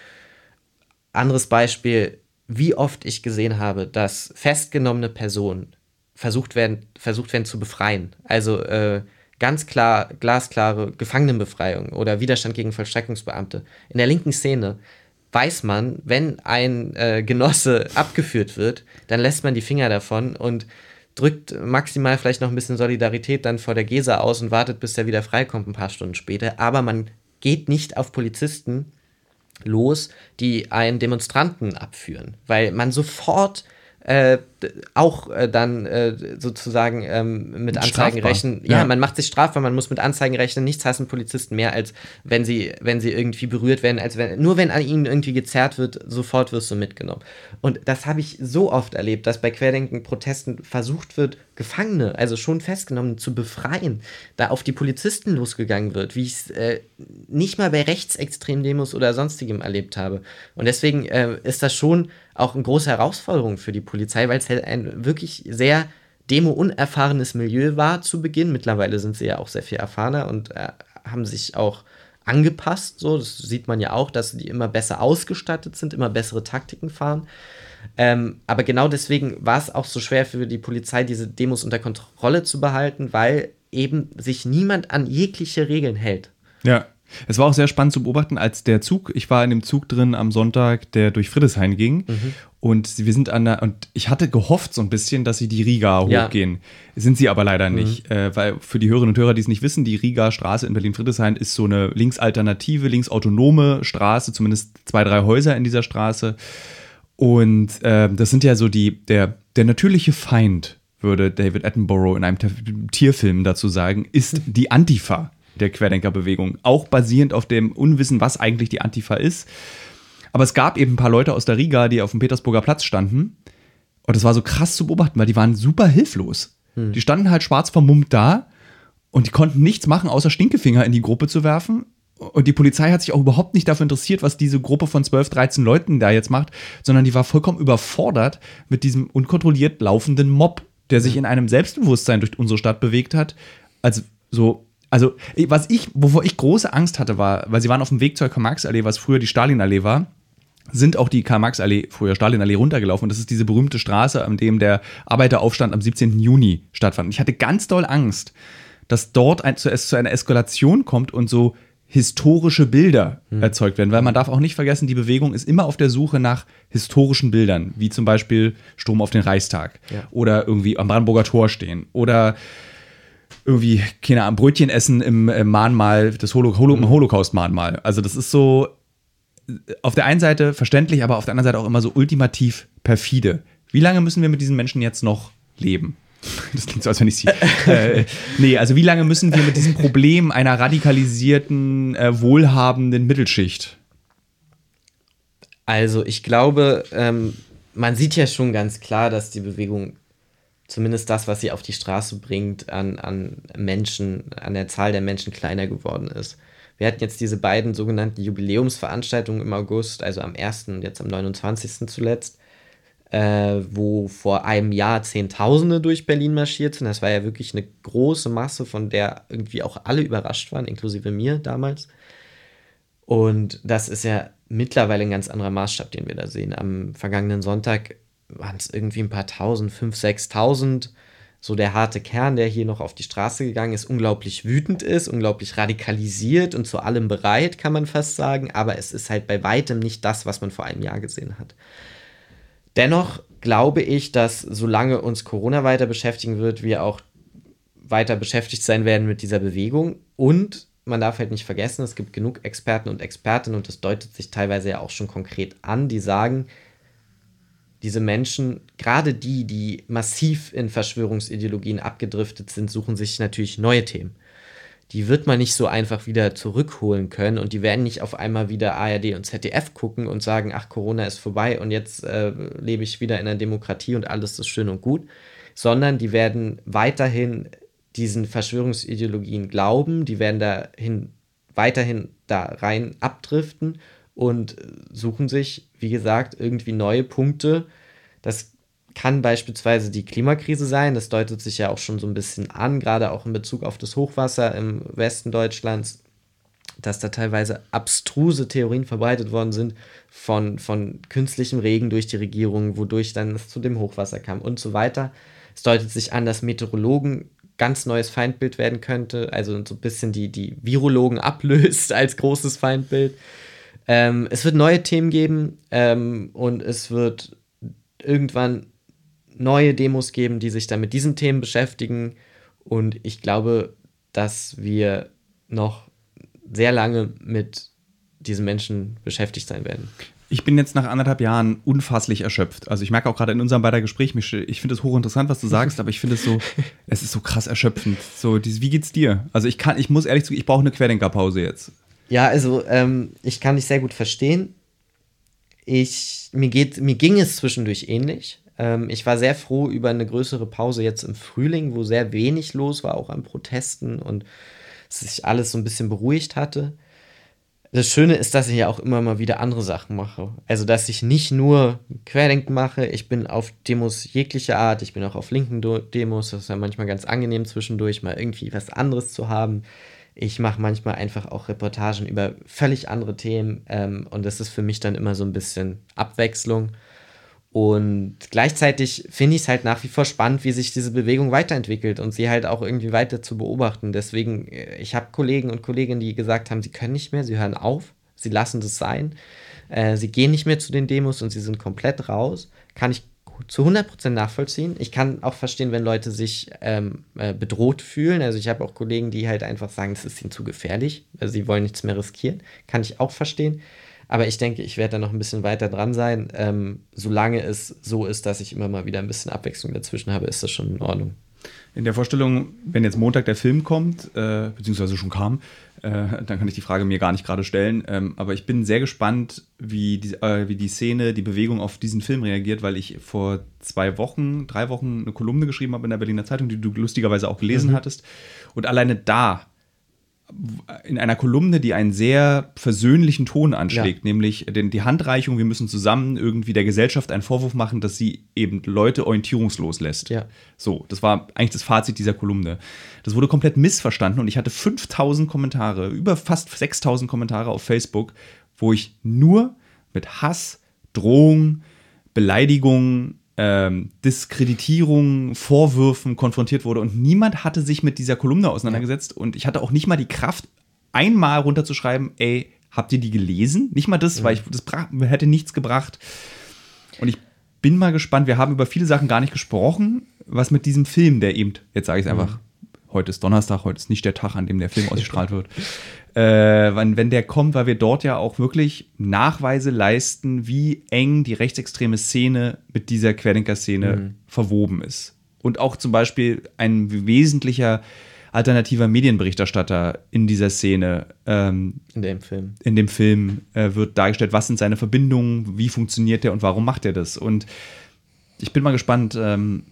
Anderes Beispiel, wie oft ich gesehen habe, dass festgenommene Personen versucht werden, versucht werden zu befreien. Also äh, ganz klar, glasklare Gefangenenbefreiung oder Widerstand gegen Vollstreckungsbeamte. In der linken Szene weiß man, wenn ein äh, Genosse abgeführt wird, dann lässt man die Finger davon und drückt maximal vielleicht noch ein bisschen Solidarität dann vor der Gesa aus und wartet, bis er wieder freikommt ein paar Stunden später. Aber man geht nicht auf Polizisten los, die einen Demonstranten abführen, weil man sofort äh, auch äh, dann äh, sozusagen ähm, mit Anzeigen Strafbar. rechnen. Ja, Ja. man macht sich strafbar, man muss mit Anzeigen rechnen. Nichts hassen Polizisten mehr, als wenn sie, wenn sie irgendwie berührt werden, als wenn, nur wenn an ihnen irgendwie gezerrt wird, sofort wirst du mitgenommen. Und das habe ich so oft erlebt, dass bei Querdenken-Protesten versucht wird, Gefangene, also schon Festgenommene, zu befreien, da auf die Polizisten losgegangen wird, wie ich es äh, nicht mal bei rechtsextremen Demos oder sonstigem erlebt habe. Und deswegen äh, ist das schon auch eine große Herausforderung für die Polizei, weil es halt ein wirklich sehr demo-unerfahrenes Milieu war zu Beginn. Mittlerweile sind sie ja auch sehr viel erfahrener und äh, haben sich auch angepasst. So, das sieht man ja auch, dass die immer besser ausgestattet sind, immer bessere Taktiken fahren. Ähm, aber genau deswegen war es auch so schwer für die Polizei, diese Demos unter Kontrolle zu behalten, weil eben sich niemand an jegliche Regeln hält. Ja. Es war auch sehr spannend zu beobachten, als der Zug, ich war in dem Zug drin am Sonntag, der durch Friedrichshain ging mhm. und wir sind an der, und ich hatte gehofft so ein bisschen, dass sie die Riga ja. hochgehen. Sind sie aber leider mhm. nicht, äh, weil für die Hörerinnen und Hörer, die es nicht wissen, die Riga-Straße in Berlin-Friedrichshain ist so eine linksalternative, linksautonome Straße, zumindest zwei, drei Häuser in dieser Straße und äh, das sind ja so die, der, der natürliche Feind, würde David Attenborough in einem Tierfilm dazu sagen, ist die Antifa der Querdenkerbewegung, auch basierend auf dem Unwissen, was eigentlich die Antifa ist. Aber es gab eben ein paar Leute aus der Riga, die auf dem Petersburger Platz standen. Und das war so krass zu beobachten, weil die waren super hilflos. Hm. Die standen halt schwarz vermummt da und die konnten nichts machen, außer Stinkefinger in die Gruppe zu werfen. Und die Polizei hat sich auch überhaupt nicht dafür interessiert, was diese Gruppe von zwölf, dreizehn Leuten da jetzt macht, sondern die war vollkommen überfordert mit diesem unkontrolliert laufenden Mob, der sich in einem Selbstbewusstsein durch unsere Stadt bewegt hat. Also so Also, was ich, wovor ich große Angst hatte, war, weil sie waren auf dem Weg zur Karl-Marx-Allee, was früher die Stalinallee war, sind auch die Karl-Marx-Allee, früher Stalinallee, runtergelaufen. Und das ist diese berühmte Straße, an dem der Arbeiteraufstand am siebzehnten Juni stattfand. Und ich hatte ganz doll Angst, dass dort ein, zu, es zu einer Eskalation kommt und so historische Bilder hm. erzeugt werden. Weil man darf auch nicht vergessen, die Bewegung ist immer auf der Suche nach historischen Bildern, wie zum Beispiel Sturm auf den Reichstag ja. oder irgendwie am Brandenburger Tor stehen oder irgendwie, keine Ahnung, Brötchen essen im, im Mahnmal, das Holo- Holo- mhm. Holocaust-Mahnmal. Also das ist so auf der einen Seite verständlich, aber auf der anderen Seite auch immer so ultimativ perfide. Wie lange müssen wir mit diesen Menschen jetzt noch leben? Das klingt so, als wenn ich sie... äh, nee, also wie lange müssen wir mit diesem Problem einer radikalisierten, äh, wohlhabenden Mittelschicht? Also ich glaube, ähm, man sieht ja schon ganz klar, dass die Bewegung zumindest das, was sie auf die Straße bringt, an, an Menschen, an der Zahl der Menschen kleiner geworden ist. Wir hatten jetzt diese beiden sogenannten Jubiläumsveranstaltungen im August, also am ersten und jetzt am neunundzwanzigsten zuletzt, äh, wo vor einem Jahr Zehntausende durch Berlin marschiert sind. Das war ja wirklich eine große Masse, von der irgendwie auch alle überrascht waren, inklusive mir damals. Und das ist ja mittlerweile ein ganz anderer Maßstab, den wir da sehen. Am vergangenen Sonntag waren es irgendwie ein paar tausend, fünf, sechstausend. So der harte Kern, der hier noch auf die Straße gegangen ist, unglaublich wütend ist, unglaublich radikalisiert und zu allem bereit, kann man fast sagen. Aber es ist halt bei weitem nicht das, was man vor einem Jahr gesehen hat. Dennoch glaube ich, dass solange uns Corona weiter beschäftigen wird, wir auch weiter beschäftigt sein werden mit dieser Bewegung. Und man darf halt nicht vergessen, es gibt genug Experten und Expertinnen, und das deutet sich teilweise ja auch schon konkret an, die sagen, diese Menschen, gerade die, die massiv in Verschwörungsideologien abgedriftet sind, suchen sich natürlich neue Themen. Die wird man nicht so einfach wieder zurückholen können und die werden nicht auf einmal wieder A R D und Z D F gucken und sagen, ach, Corona ist vorbei und jetzt äh, lebe ich wieder in einer Demokratie und alles ist schön und gut, sondern die werden weiterhin diesen Verschwörungsideologien glauben, die werden dahin weiterhin da rein abdriften und suchen sich, wie gesagt, irgendwie neue Punkte. Das kann beispielsweise die Klimakrise sein, das deutet sich ja auch schon so ein bisschen an, gerade auch in Bezug auf das Hochwasser im Westen Deutschlands, dass da teilweise abstruse Theorien verbreitet worden sind von, von künstlichem Regen durch die Regierung, wodurch dann es zu dem Hochwasser kam und so weiter. Es deutet sich an, dass Meteorologen ganz neues Feindbild werden könnte, also so ein bisschen die, die Virologen ablöst als großes Feindbild. Ähm, es wird neue Themen geben ähm, und es wird irgendwann neue Demos geben, die sich dann mit diesen Themen beschäftigen. Und ich glaube, dass wir noch sehr lange mit diesen Menschen beschäftigt sein werden. Ich bin jetzt nach anderthalb Jahren unfasslich erschöpft. Also ich merke auch gerade in unserem beider Gespräch, ich finde es hochinteressant, was du sagst, aber ich finde es so, es ist so krass erschöpfend. So, dieses, wie geht's dir? Also ich kann, ich muss ehrlich sagen, ich brauche eine Querdenkerpause jetzt. Ja, also ähm, ich kann dich sehr gut verstehen. Ich, mir, geht, mir ging es zwischendurch ähnlich. Ähm, ich war sehr froh über eine größere Pause jetzt im Frühling, wo sehr wenig los war, auch an Protesten und sich alles so ein bisschen beruhigt hatte. das Schöne ist, dass ich ja auch immer mal wieder andere Sachen mache. Also, dass ich nicht nur Querdenken mache, ich bin auf Demos jeglicher Art, ich bin auch auf linken Do- Demos, das ist ja manchmal ganz angenehm zwischendurch, mal irgendwie was anderes zu haben. Ich mache manchmal einfach auch Reportagen über völlig andere Themen ähm, und das ist für mich dann immer so ein bisschen Abwechslung. Und gleichzeitig finde ich es halt nach wie vor spannend, wie sich diese Bewegung weiterentwickelt und sie halt auch irgendwie weiter zu beobachten. Deswegen, äh, ich habe Kollegen und Kolleginnen, die gesagt haben, sie können nicht mehr, sie hören auf, sie lassen das sein. Äh, sie gehen nicht mehr zu den Demos und sie sind komplett raus. Kann ich zu hundert Prozent nachvollziehen. Ich kann auch verstehen, wenn Leute sich ähm, äh, bedroht fühlen. Also ich habe auch Kollegen, die halt einfach sagen, es ist ihnen zu gefährlich. Also sie wollen nichts mehr riskieren. Kann ich auch verstehen. Aber ich denke, ich werde da noch ein bisschen weiter dran sein. Ähm, solange es so ist, dass ich immer mal wieder ein bisschen Abwechslung dazwischen habe, ist das schon in Ordnung. In der Vorstellung, wenn jetzt Montag der Film kommt, äh, beziehungsweise schon kam, äh, dann kann ich die Frage mir gar nicht gerade stellen. Ähm, aber ich bin sehr gespannt, wie die, äh, wie die Szene, die Bewegung auf diesen Film reagiert, weil ich vor zwei Wochen, drei Wochen eine Kolumne geschrieben habe in der Berliner Zeitung, die du lustigerweise auch gelesen mhm. hattest. Und alleine da, in einer Kolumne, die einen sehr versöhnlichen Ton anschlägt, ja. nämlich den, die Handreichung, wir müssen zusammen irgendwie der Gesellschaft einen Vorwurf machen, dass sie eben Leute orientierungslos lässt. Ja. So, das war eigentlich das Fazit dieser Kolumne. Das wurde komplett missverstanden und ich hatte fünftausend Kommentare, über fast sechstausend Kommentare auf Facebook, wo ich nur mit Hass, Drohung, Beleidigung, Ähm, Diskreditierung, Vorwürfen konfrontiert wurde und niemand hatte sich mit dieser Kolumne auseinandergesetzt ja. und ich hatte auch nicht mal die Kraft, einmal runterzuschreiben, ey, habt ihr die gelesen? Nicht mal das, ja. weil ich, das bra- hätte nichts gebracht. Und ich bin mal gespannt, wir haben über viele Sachen gar nicht gesprochen, was mit diesem Film, der eben, jetzt sage ich es einfach, mhm. heute ist Donnerstag, heute ist nicht der Tag, an dem der Film ausgestrahlt wird, Äh, wenn, wenn der kommt, weil wir dort ja auch wirklich Nachweise leisten, wie eng die rechtsextreme Szene mit dieser Querdenker-Szene mhm. verwoben ist. Und auch zum Beispiel ein wesentlicher alternativer Medienberichterstatter in dieser Szene. Ähm, in dem Film. In dem Film äh, wird dargestellt, was sind seine Verbindungen, wie funktioniert der und warum macht er das. Und ich bin mal gespannt, ähm,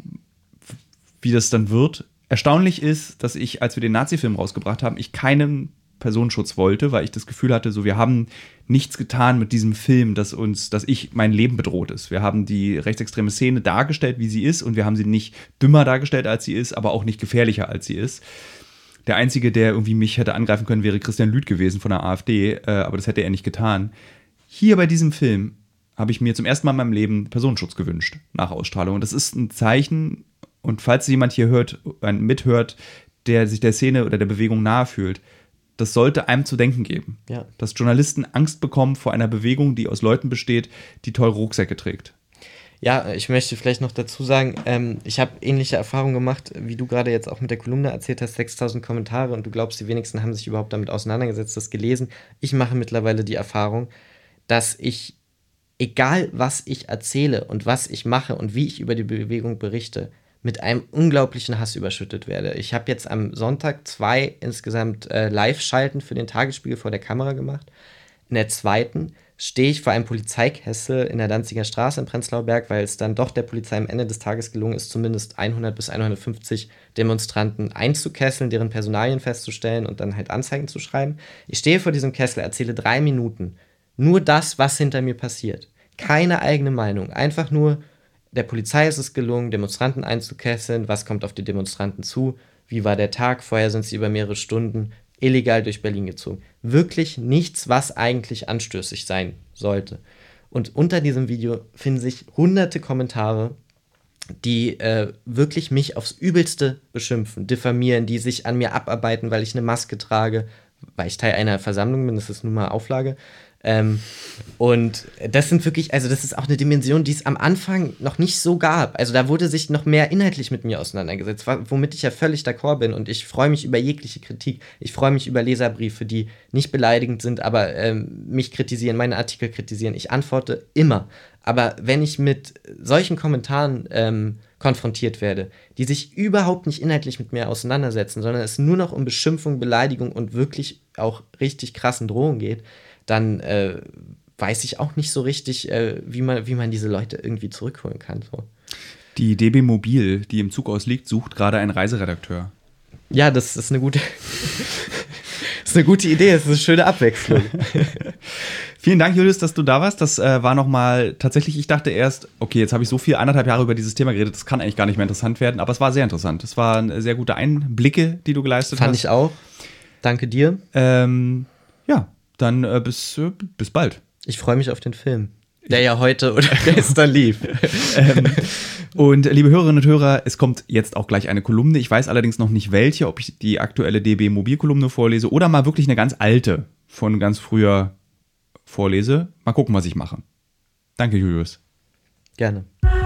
wie das dann wird. Erstaunlich ist, dass ich, als wir den Nazi-Film rausgebracht haben, ich keinen Personenschutz wollte, weil ich das Gefühl hatte, so wir haben nichts getan mit diesem Film, dass uns, dass ich mein Leben bedroht ist. Wir haben die rechtsextreme Szene dargestellt, wie sie ist und wir haben sie nicht dümmer dargestellt, als sie ist, aber auch nicht gefährlicher, als sie ist. Der Einzige, der irgendwie mich hätte angreifen können, wäre Christian Lüth gewesen von der AfD, äh, aber das hätte er nicht getan. Hier bei diesem Film habe ich mir zum ersten Mal in meinem Leben Personenschutz gewünscht, nach Ausstrahlung. Und das ist ein Zeichen, und falls jemand hier hört, mithört, der sich der Szene oder der Bewegung nahe fühlt, das sollte einem zu denken geben. Ja. Dass Journalisten Angst bekommen vor einer Bewegung, die aus Leuten besteht, die teure Rucksäcke trägt. Ja, ich möchte vielleicht noch dazu sagen, ähm, ich habe ähnliche Erfahrungen gemacht, wie du gerade jetzt auch mit der Kolumne erzählt hast, sechstausend Kommentare und du glaubst, die wenigsten haben sich überhaupt damit auseinandergesetzt, das gelesen. Ich mache mittlerweile die Erfahrung, dass ich, egal was ich erzähle und was ich mache und wie ich über die Bewegung berichte, mit einem unglaublichen Hass überschüttet werde. Ich habe jetzt am Sonntag zwei insgesamt äh, Live-Schalten für den Tagesspiegel vor der Kamera gemacht. In der zweiten stehe ich vor einem Polizeikessel in der Danziger Straße in Prenzlauer Berg, weil es dann doch der Polizei am Ende des Tages gelungen ist, zumindest hundert bis hundertfünfzig Demonstranten einzukesseln, deren Personalien festzustellen und dann halt Anzeigen zu schreiben. Ich stehe vor diesem Kessel, erzähle drei Minuten nur das, was hinter mir passiert. Keine eigene Meinung, einfach nur: Der Polizei ist es gelungen, Demonstranten einzukesseln. Was kommt auf die Demonstranten zu? Wie war der Tag? Vorher sind sie über mehrere Stunden illegal durch Berlin gezogen. Wirklich nichts, was eigentlich anstößig sein sollte. Und unter diesem Video finden sich hunderte Kommentare, die äh, wirklich mich aufs Übelste beschimpfen, diffamieren, die sich an mir abarbeiten, weil ich eine Maske trage, weil ich Teil einer Versammlung bin, das ist nun mal Auflage. Ähm, und das sind wirklich, also das ist auch eine Dimension, die es am Anfang noch nicht so gab. Also da wurde sich noch mehr inhaltlich mit mir auseinandergesetzt, womit ich ja völlig d'accord bin und ich freue mich über jegliche Kritik. Ich freue mich über Leserbriefe, die nicht beleidigend sind, aber ähm, mich kritisieren, meine Artikel kritisieren. Ich antworte immer. Aber wenn ich mit solchen Kommentaren ähm, konfrontiert werde, die sich überhaupt nicht inhaltlich mit mir auseinandersetzen, sondern es nur noch um Beschimpfung, Beleidigung und wirklich auch richtig krassen Drohungen geht, dann äh, weiß ich auch nicht so richtig, äh, wie man, wie man diese Leute irgendwie zurückholen kann. So. Die D B Mobil, die im Zug ausliegt, sucht gerade einen Reiseredakteur. Ja, das ist eine gute, das ist eine gute Idee, es ist eine schöne Abwechslung. Vielen Dank, Julius, dass du da warst. Das äh, war nochmal tatsächlich, ich dachte erst, okay, jetzt habe ich so viel, anderthalb Jahre über dieses Thema geredet, das kann eigentlich gar nicht mehr interessant werden, aber es war sehr interessant. Es waren sehr gute Einblicke, die du geleistet Fand hast. Fand ich auch. Danke dir. Ähm, ja, dann äh, bis, äh, bis bald. Ich freue mich auf den Film, der ja heute oder gestern lief. ähm, und liebe Hörerinnen und Hörer, es kommt jetzt auch gleich eine Kolumne. Ich weiß allerdings noch nicht welche, ob ich die aktuelle D B Mobilkolumne vorlese oder mal wirklich eine ganz alte von ganz früher vorlese. Mal gucken, was ich mache. Danke, Julius. Gerne.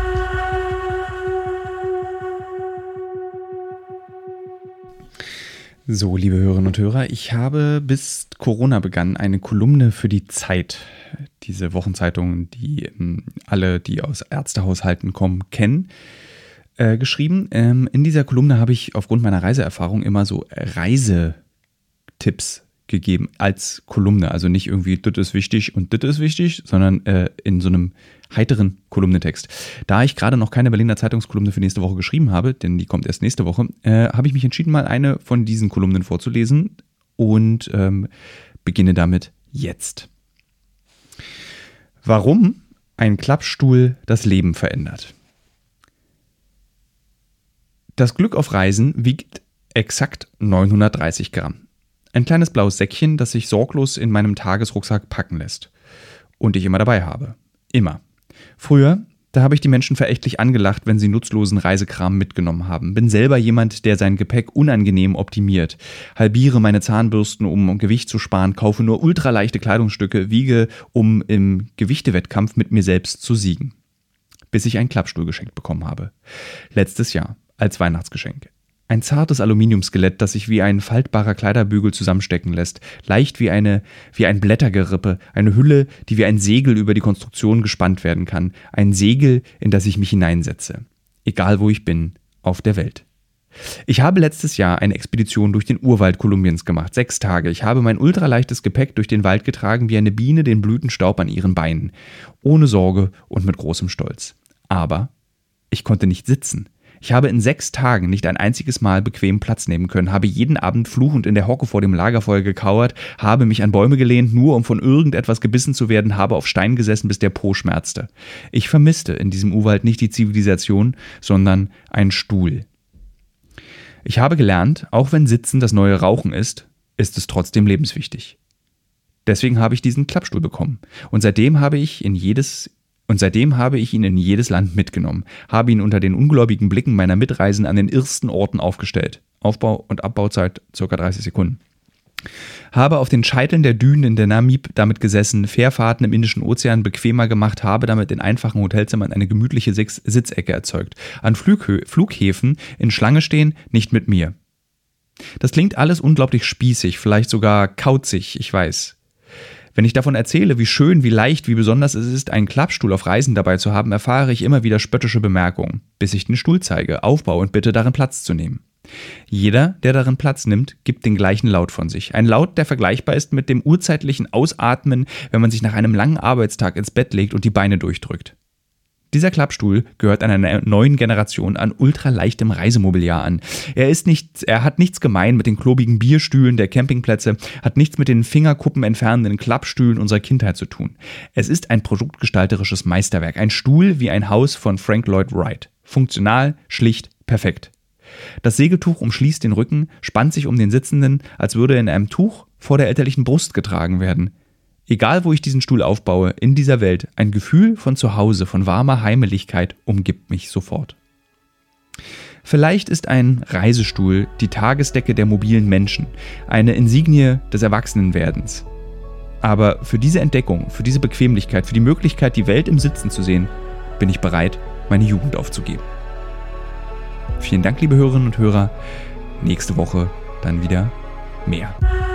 So, liebe Hörerinnen und Hörer, ich habe bis Corona begann eine Kolumne für die Zeit, diese Wochenzeitung, die ähm, alle, die aus Ärztehaushalten kommen, kennen, äh, geschrieben. Ähm, in dieser Kolumne habe ich aufgrund meiner Reiseerfahrung immer so Reisetipps gegeben als Kolumne. Also nicht irgendwie, das ist wichtig und das ist wichtig, sondern äh, in so einem heiteren Kolumnetext. Da ich gerade noch keine Berliner Zeitungskolumne für nächste Woche geschrieben habe, denn die kommt erst nächste Woche, äh, habe ich mich entschieden, mal eine von diesen Kolumnen vorzulesen und ähm, beginne damit jetzt. Warum ein Klappstuhl das Leben verändert. Das Glück auf Reisen wiegt exakt neunhundertdreißig Gramm. Ein kleines blaues Säckchen, das sich sorglos in meinem Tagesrucksack packen lässt. Und ich immer dabei habe. Immer. Früher, da habe ich die Menschen verächtlich angelacht, wenn sie nutzlosen Reisekram mitgenommen haben. Bin selber jemand, der sein Gepäck unangenehm optimiert. Halbiere meine Zahnbürsten, um Gewicht zu sparen, kaufe nur ultraleichte Kleidungsstücke, wiege, um im Gewichtewettkampf mit mir selbst zu siegen. Bis ich einen Klappstuhl geschenkt bekommen habe. Letztes Jahr, als Weihnachtsgeschenk. Ein zartes Aluminiumskelett, das sich wie ein faltbarer Kleiderbügel zusammenstecken lässt, leicht wie eine wie ein Blättergerippe, eine Hülle, die wie ein Segel über die Konstruktion gespannt werden kann, ein Segel, in das ich mich hineinsetze, egal wo ich bin, auf der Welt. Ich habe letztes Jahr eine Expedition durch den Urwald Kolumbiens gemacht, sechs Tage. Ich habe mein ultraleichtes Gepäck durch den Wald getragen wie eine Biene den Blütenstaub an ihren Beinen, ohne Sorge und mit großem Stolz. Aber ich konnte nicht sitzen. Ich habe in sechs Tagen nicht ein einziges Mal bequem Platz nehmen können, habe jeden Abend fluchend in der Hocke vor dem Lagerfeuer gekauert, habe mich an Bäume gelehnt, nur um von irgendetwas gebissen zu werden, habe auf Stein gesessen, bis der Po schmerzte. Ich vermisste in diesem Urwald nicht die Zivilisation, sondern einen Stuhl. Ich habe gelernt, auch wenn Sitzen das neue Rauchen ist, ist es trotzdem lebenswichtig. Deswegen habe ich diesen Klappstuhl bekommen. Und seitdem habe ich in jedes Und seitdem habe ich ihn in jedes Land mitgenommen, habe ihn unter den ungläubigen Blicken meiner Mitreisenden an den ersten Orten aufgestellt. Aufbau- und Abbauzeit ca. dreißig Sekunden. Habe auf den Scheiteln der Dünen in der Namib damit gesessen, Fährfahrten im Indischen Ozean bequemer gemacht, habe damit in einfachen Hotelzimmern eine gemütliche Sitz- Sitzecke erzeugt. An Flughö- Flughäfen in Schlange stehen, nicht mit mir. Das klingt alles unglaublich spießig, vielleicht sogar kauzig, ich weiß. Wenn ich davon erzähle, wie schön, wie leicht, wie besonders es ist, einen Klappstuhl auf Reisen dabei zu haben, erfahre ich immer wieder spöttische Bemerkungen, bis ich den Stuhl zeige, aufbaue und bitte, darin Platz zu nehmen. Jeder, der darin Platz nimmt, gibt den gleichen Laut von sich. Ein Laut, der vergleichbar ist mit dem urzeitlichen Ausatmen, wenn man sich nach einem langen Arbeitstag ins Bett legt und die Beine durchdrückt. Dieser Klappstuhl gehört einer neuen Generation an ultraleichtem Reisemobiliar an. Er ist nicht, er hat nichts gemein mit den klobigen Bierstühlen der Campingplätze, hat nichts mit den Fingerkuppen entfernenden Klappstühlen unserer Kindheit zu tun. Es ist ein produktgestalterisches Meisterwerk, ein Stuhl wie ein Haus von Frank Lloyd Wright. Funktional, schlicht, perfekt. Das Segeltuch umschließt den Rücken, spannt sich um den Sitzenden, als würde er in einem Tuch vor der elterlichen Brust getragen werden. Egal, wo ich diesen Stuhl aufbaue, in dieser Welt, ein Gefühl von Zuhause, von warmer Heimeligkeit umgibt mich sofort. Vielleicht ist ein Reisestuhl die Tagesdecke der mobilen Menschen, eine Insignie des Erwachsenenwerdens. Aber für diese Entdeckung, für diese Bequemlichkeit, für die Möglichkeit, die Welt im Sitzen zu sehen, bin ich bereit, meine Jugend aufzugeben. Vielen Dank, liebe Hörerinnen und Hörer. Nächste Woche dann wieder mehr.